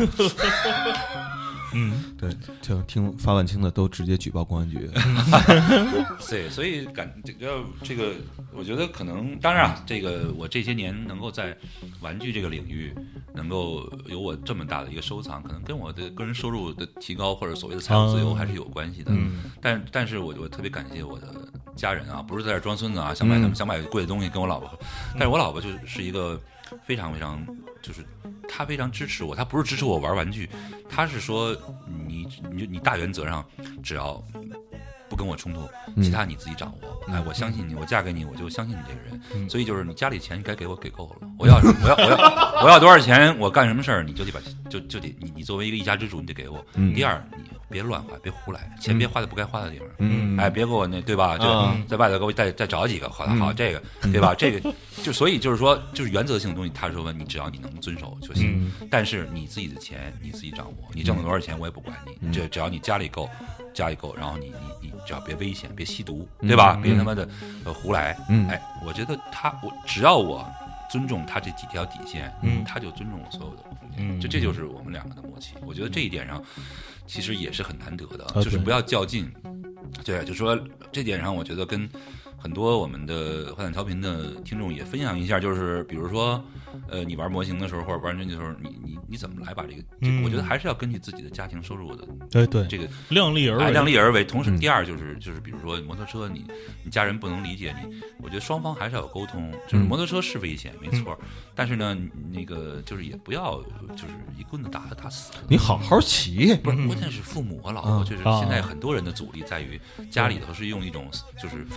对，就听发万青的都直接举报公安局。 对，所以这个，我觉得可能，当然这个我这些年能够在玩具这个领域能够有我这么大的一个收藏，可能跟我的个人收入的提高或者所谓的财务自由还是有关系的。但是我特别感谢我的家人啊，不是在这装孙子啊，想买贵的东西跟我老婆，但是我老婆就是一个非常非常就是他非常支持我，他不是支持我玩玩具，他是说你大原则上只要不跟我冲突，其他你自己掌握。哎，我相信你，我嫁给你，我就相信你这个人。所以就是你家里钱该给我给够了，我要多少钱，我干什么事儿你就得得你作为一个一家之主，你得给我。第二，你别乱花，别胡来，钱别花在不该花的地方。哎，别给我那对吧？就在外头给我再找几个，好这个对吧？这个所以就是说，就是原则性的东西，他说你只要你能遵守就行。但是你自己的钱你自己掌握，你挣了多少钱我也不管你，只要你家里够，然后你只要别危险，别吸毒，对吧？别他妈的胡来。哎，我觉得只要我尊重他这几条底线，他就尊重我所有的。这就是我们2个的默契。我觉得这一点上其实也是很难得的，就是不要较劲。对，就说这点上，我觉得跟很多我们的坏蛋调频的听众也分享一下，就是比如说，你玩模型的时候或者玩真的时候，你怎么来把这个，我觉得还是要根据自己的家庭收入的， 对这个量力而为。同时，第二就是比如说摩托车，你家人不能理解你，我觉得双方还是要有沟通。就是摩托车是危险，没错，但是呢，那个就是也不要就是一棍子打死。 你好好骑， 不是，关键是父母和老婆，就是现在很多人的阻力在于家里头是用一种就是翻脸的态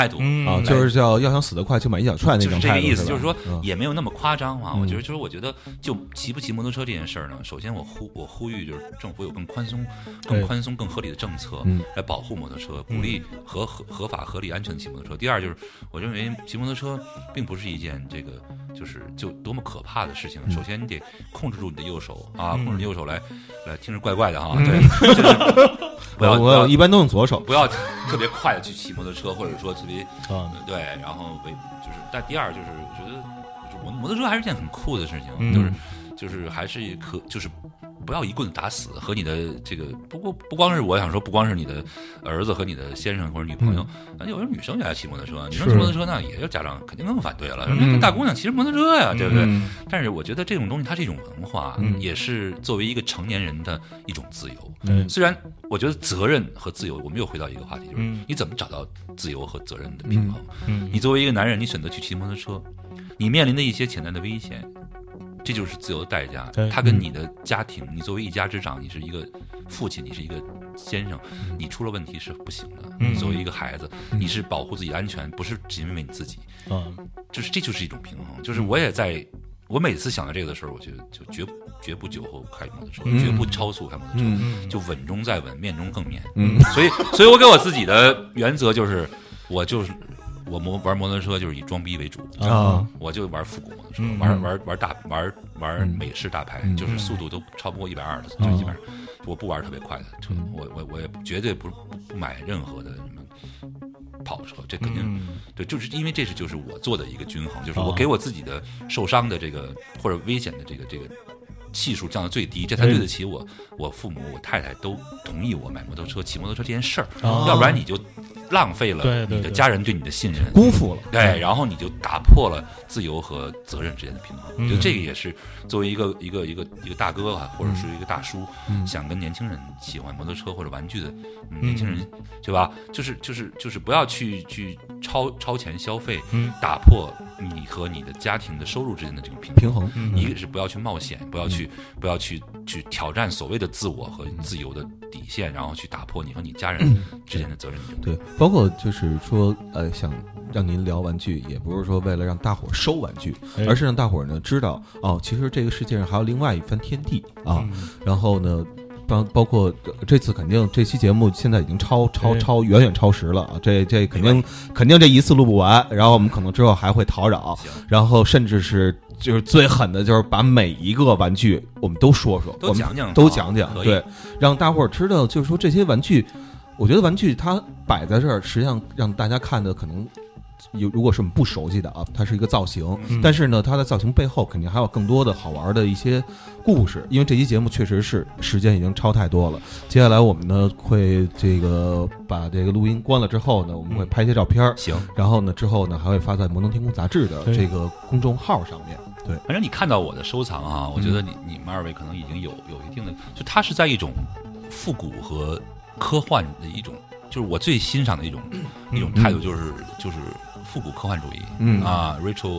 态度啊，就是要想死得快就买一脚踹那种态度， 就是这个意思，就是说也没有那么夸张啊。我觉得就骑不骑摩托车这件事儿呢，首先我呼吁就是政府有更宽松、更合理的政策来保护摩托车，鼓励合法、合理、安全的骑摩托车。第二就是我认为骑摩托车并不是一件这个就多么可怕的事情。首先你得控制住你的右手啊，控制你的右手来听着怪怪的哈，对，就是我一般都用左手， 不要特别快的去骑摩托车，或者说特别对，然后但第二就是我觉得摩托车还是件很酷的事情，就是还是就是不要一棍子打死，和你的这个不光是我想说，不光是你的儿子和你的先生或者女朋友，有的女生也爱骑摩托车，女生骑摩托车呢，也有家长肯定更反对了，大姑娘骑着摩托车呀，对不对？但是我觉得这种东西它是一种文化，也是作为一个成年人的一种自由。虽然我觉得责任和自由，我们又回到一个话题，就是你怎么找到自由和责任的平衡？你作为一个男人，你选择去骑摩托车，你面临的一些潜在的危险。这就是自由的代价，他跟你的家庭，你作为一家之长，你是一个父亲，你是一个先生，你出了问题是不行的。你作为一个孩子，你是保护自己安全，不是只因为你自己。这就是一种平衡。就是我每次想到这个的时候，我觉得就绝不酒后开摩托车，绝不超速开摩托车，就稳中再稳，面中更面。所以我给我自己的原则就是，我玩摩托车就是以装逼为主啊，我就玩复古摩托车，玩美式大牌，就是速度都超不过120的，就基本上我不玩特别快的车，我也绝对不买任何的什么跑车，这肯定对，就是因为这就是我做的一个均衡，就是我给我自己的受伤的这个或者危险的这个系数降到最低，这才对得起我父母我太太都同意我买摩托车骑摩托车这件事儿，要不然你就浪费了你的家人对你的信任， 辜负了， 对，然后你就打破了自由和责任之间的平衡。就这个也是作为一个大哥啊，或者是一个大叔，想跟年轻人喜欢摩托车或者玩具的年轻人，对吧？就是不要去超前消费，打破你和你的家庭的收入之间的这种平衡。一个是不要去冒险，不要去挑战所谓的自我和自由的底线，然后去打破你和你家人之间的责任。 对，包括就是说想让您聊玩具，也不是说为了让大伙儿收玩具，而是让大伙儿呢知道其实这个世界上还有另外一番天地啊。然后呢，包括这次肯定这期节目现在已经远远超时了啊！这肯定这一次录不完，然后我们可能之后还会讨扰，然后甚至是就是最狠的就是把每一个玩具我们都说说，都讲讲，对，让大伙儿知道，就是说这些玩具，我觉得玩具它摆在这儿，实际上让大家看的可能。如果是我们不熟悉的啊，它是一个造型，但是呢，它的造型背后肯定还有更多的好玩的一些故事。因为这期节目确实是时间已经超太多了，接下来我们呢会把这个录音关了之后呢，我们会拍一些照片， 行， 然后呢之后呢还会发在摩登天空杂志的这个公众号上面。对， 反正你看到我的收藏啊，我觉得你们二位可能已经有一定的，就它是在一种复古和科幻的一种。就是我最欣赏的一种态度，就是复古科幻主义，retro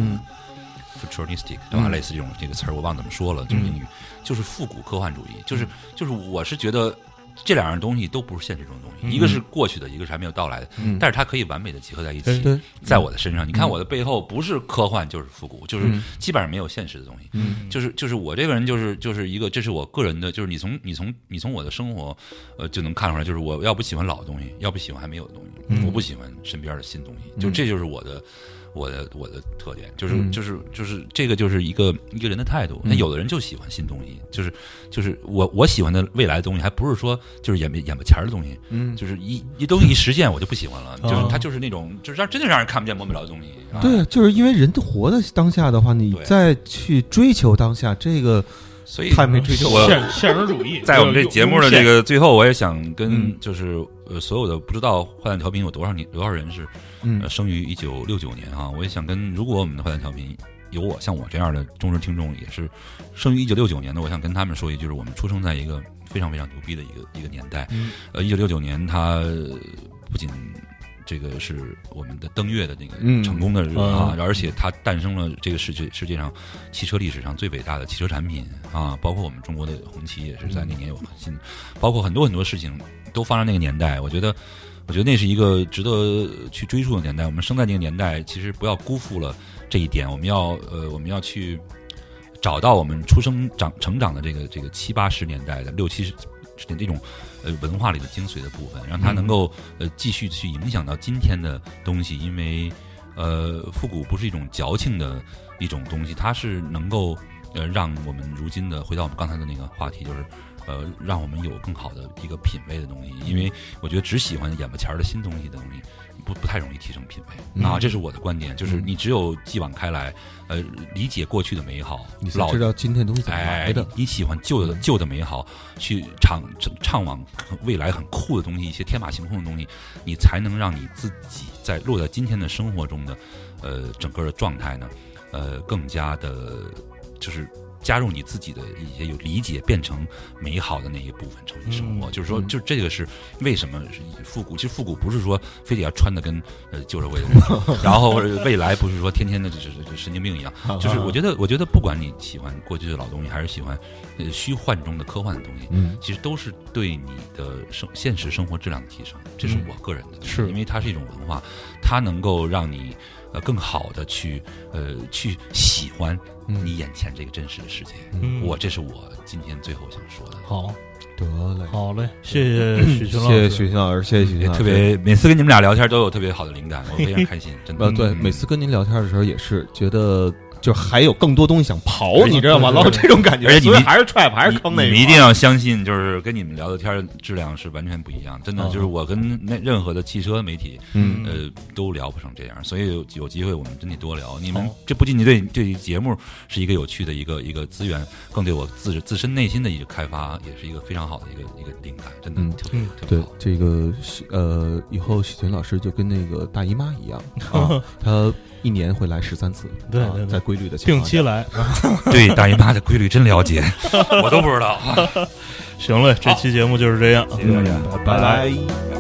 futuristic 对吧？类似这个词儿我忘怎么说了，就是英语，就是复古科幻主义，就是我是觉得这两样东西都不是现实中的东西，一个是过去的，一个是还没有到来的，但是它可以完美的结合在一起。在我的身上，你看我的背后不是科幻就是复古，就是基本上没有现实的东西。就是我这个人就是一个，这是我个人的，就是你从我的生活就能看出来，就是我要不喜欢老的东西，要不喜欢还没有的东西，我不喜欢身边的新东西，就这就是我的特点，就是这个就是一个人的态度。那有的人就喜欢新东西，就是我喜欢的未来的东西，还不是说就是眼巴前的东西，就是一东西一实现我就不喜欢了，就是它就是那种就是真的让人看不见摸不着的东西。 对，就是因为人活在当下的话，你再去追求当下这个。 所以太没追求现实主义。 在我们这节目的这个最后，我也想跟就是所有的不知道坏蛋调频有多少人是生于1969年啊，我也想跟如果我们的坏蛋调频有像我这样的忠实听众也是生于1969年的，我想跟他们说一句，就是我们出生在一个非常非常牛逼的一个年代。1969年它不仅这个是我们的登月的那个成功的日子啊，而且它诞生了这个世界上汽车历史上最伟大的汽车产品啊，包括我们中国的红旗也是在那年有新，包括很多很多事情都发生那个年代。我觉得我觉得那是一个值得去追溯的年代。我们生在这个年代，其实不要辜负了这一点。我们要去找到我们出生成长的这个70、80年代的60、70年这种文化里的精髓的部分，让它能够继续去影响到今天的东西。因为复古不是一种矫情的一种东西，它是能够让我们如今的回到我们刚才的那个话题，就是让我们有更好的一个品味的东西。因为我觉得只喜欢眼巴前的新东西的东西不太容易提升品味啊，这是我的观点。就是你只有继往开来，理解过去的美好， 你才知道今天东西怎么来的。 你喜欢旧的美好，去畅往未来很酷的东西，一些天马行空的东西，你才能让你自己在落在今天的生活中的整个的状态呢，更加的，就是加入你自己的一些有理解，变成美好的那一部分成为生活。就是说，就这个是为什么复古？其实复古不是说非得要穿的跟旧社会的人，然后未来不是说天天的就是神经病一样。就是我觉得不管你喜欢过去的老东西，还是喜欢虚幻中的科幻的东西，其实都是对你的现实生活质量的提升。这是我个人的， 是因为它是一种文化，它能够让你更好的去喜欢你眼前这个真实的世界。这是我今天最后想说的。 好， 得嘞， 好嘞，谢谢许群老师， 谢谢许群老师，谢谢许群老师。 特别每次跟你们俩聊天都有特别好的灵感，我非常开心，真的。 对，每次跟您聊天的时候也是觉得。就还有更多东西想刨，你知道吗？老有这种感觉， 而且你还是 trap 还是坑那个。 你们一定要相信，就是跟你们聊的天质量是完全不一样，真的。就是我跟任何的汽车媒体，都聊不成这样。所以有机会我们真得多聊。你们这不仅仅对节目是一个有趣的一个资源，更对我自身内心的一个开发，也是一个非常好的一个灵感，真的特别对这个以后许群老师就跟那个大姨妈一样啊，他1年会来13次， 对， 在规律的情况下定期来。 对大姨妈的规律真了解，我都不知道。 行了，这期节目就是这样， 谢谢大家， 拜拜。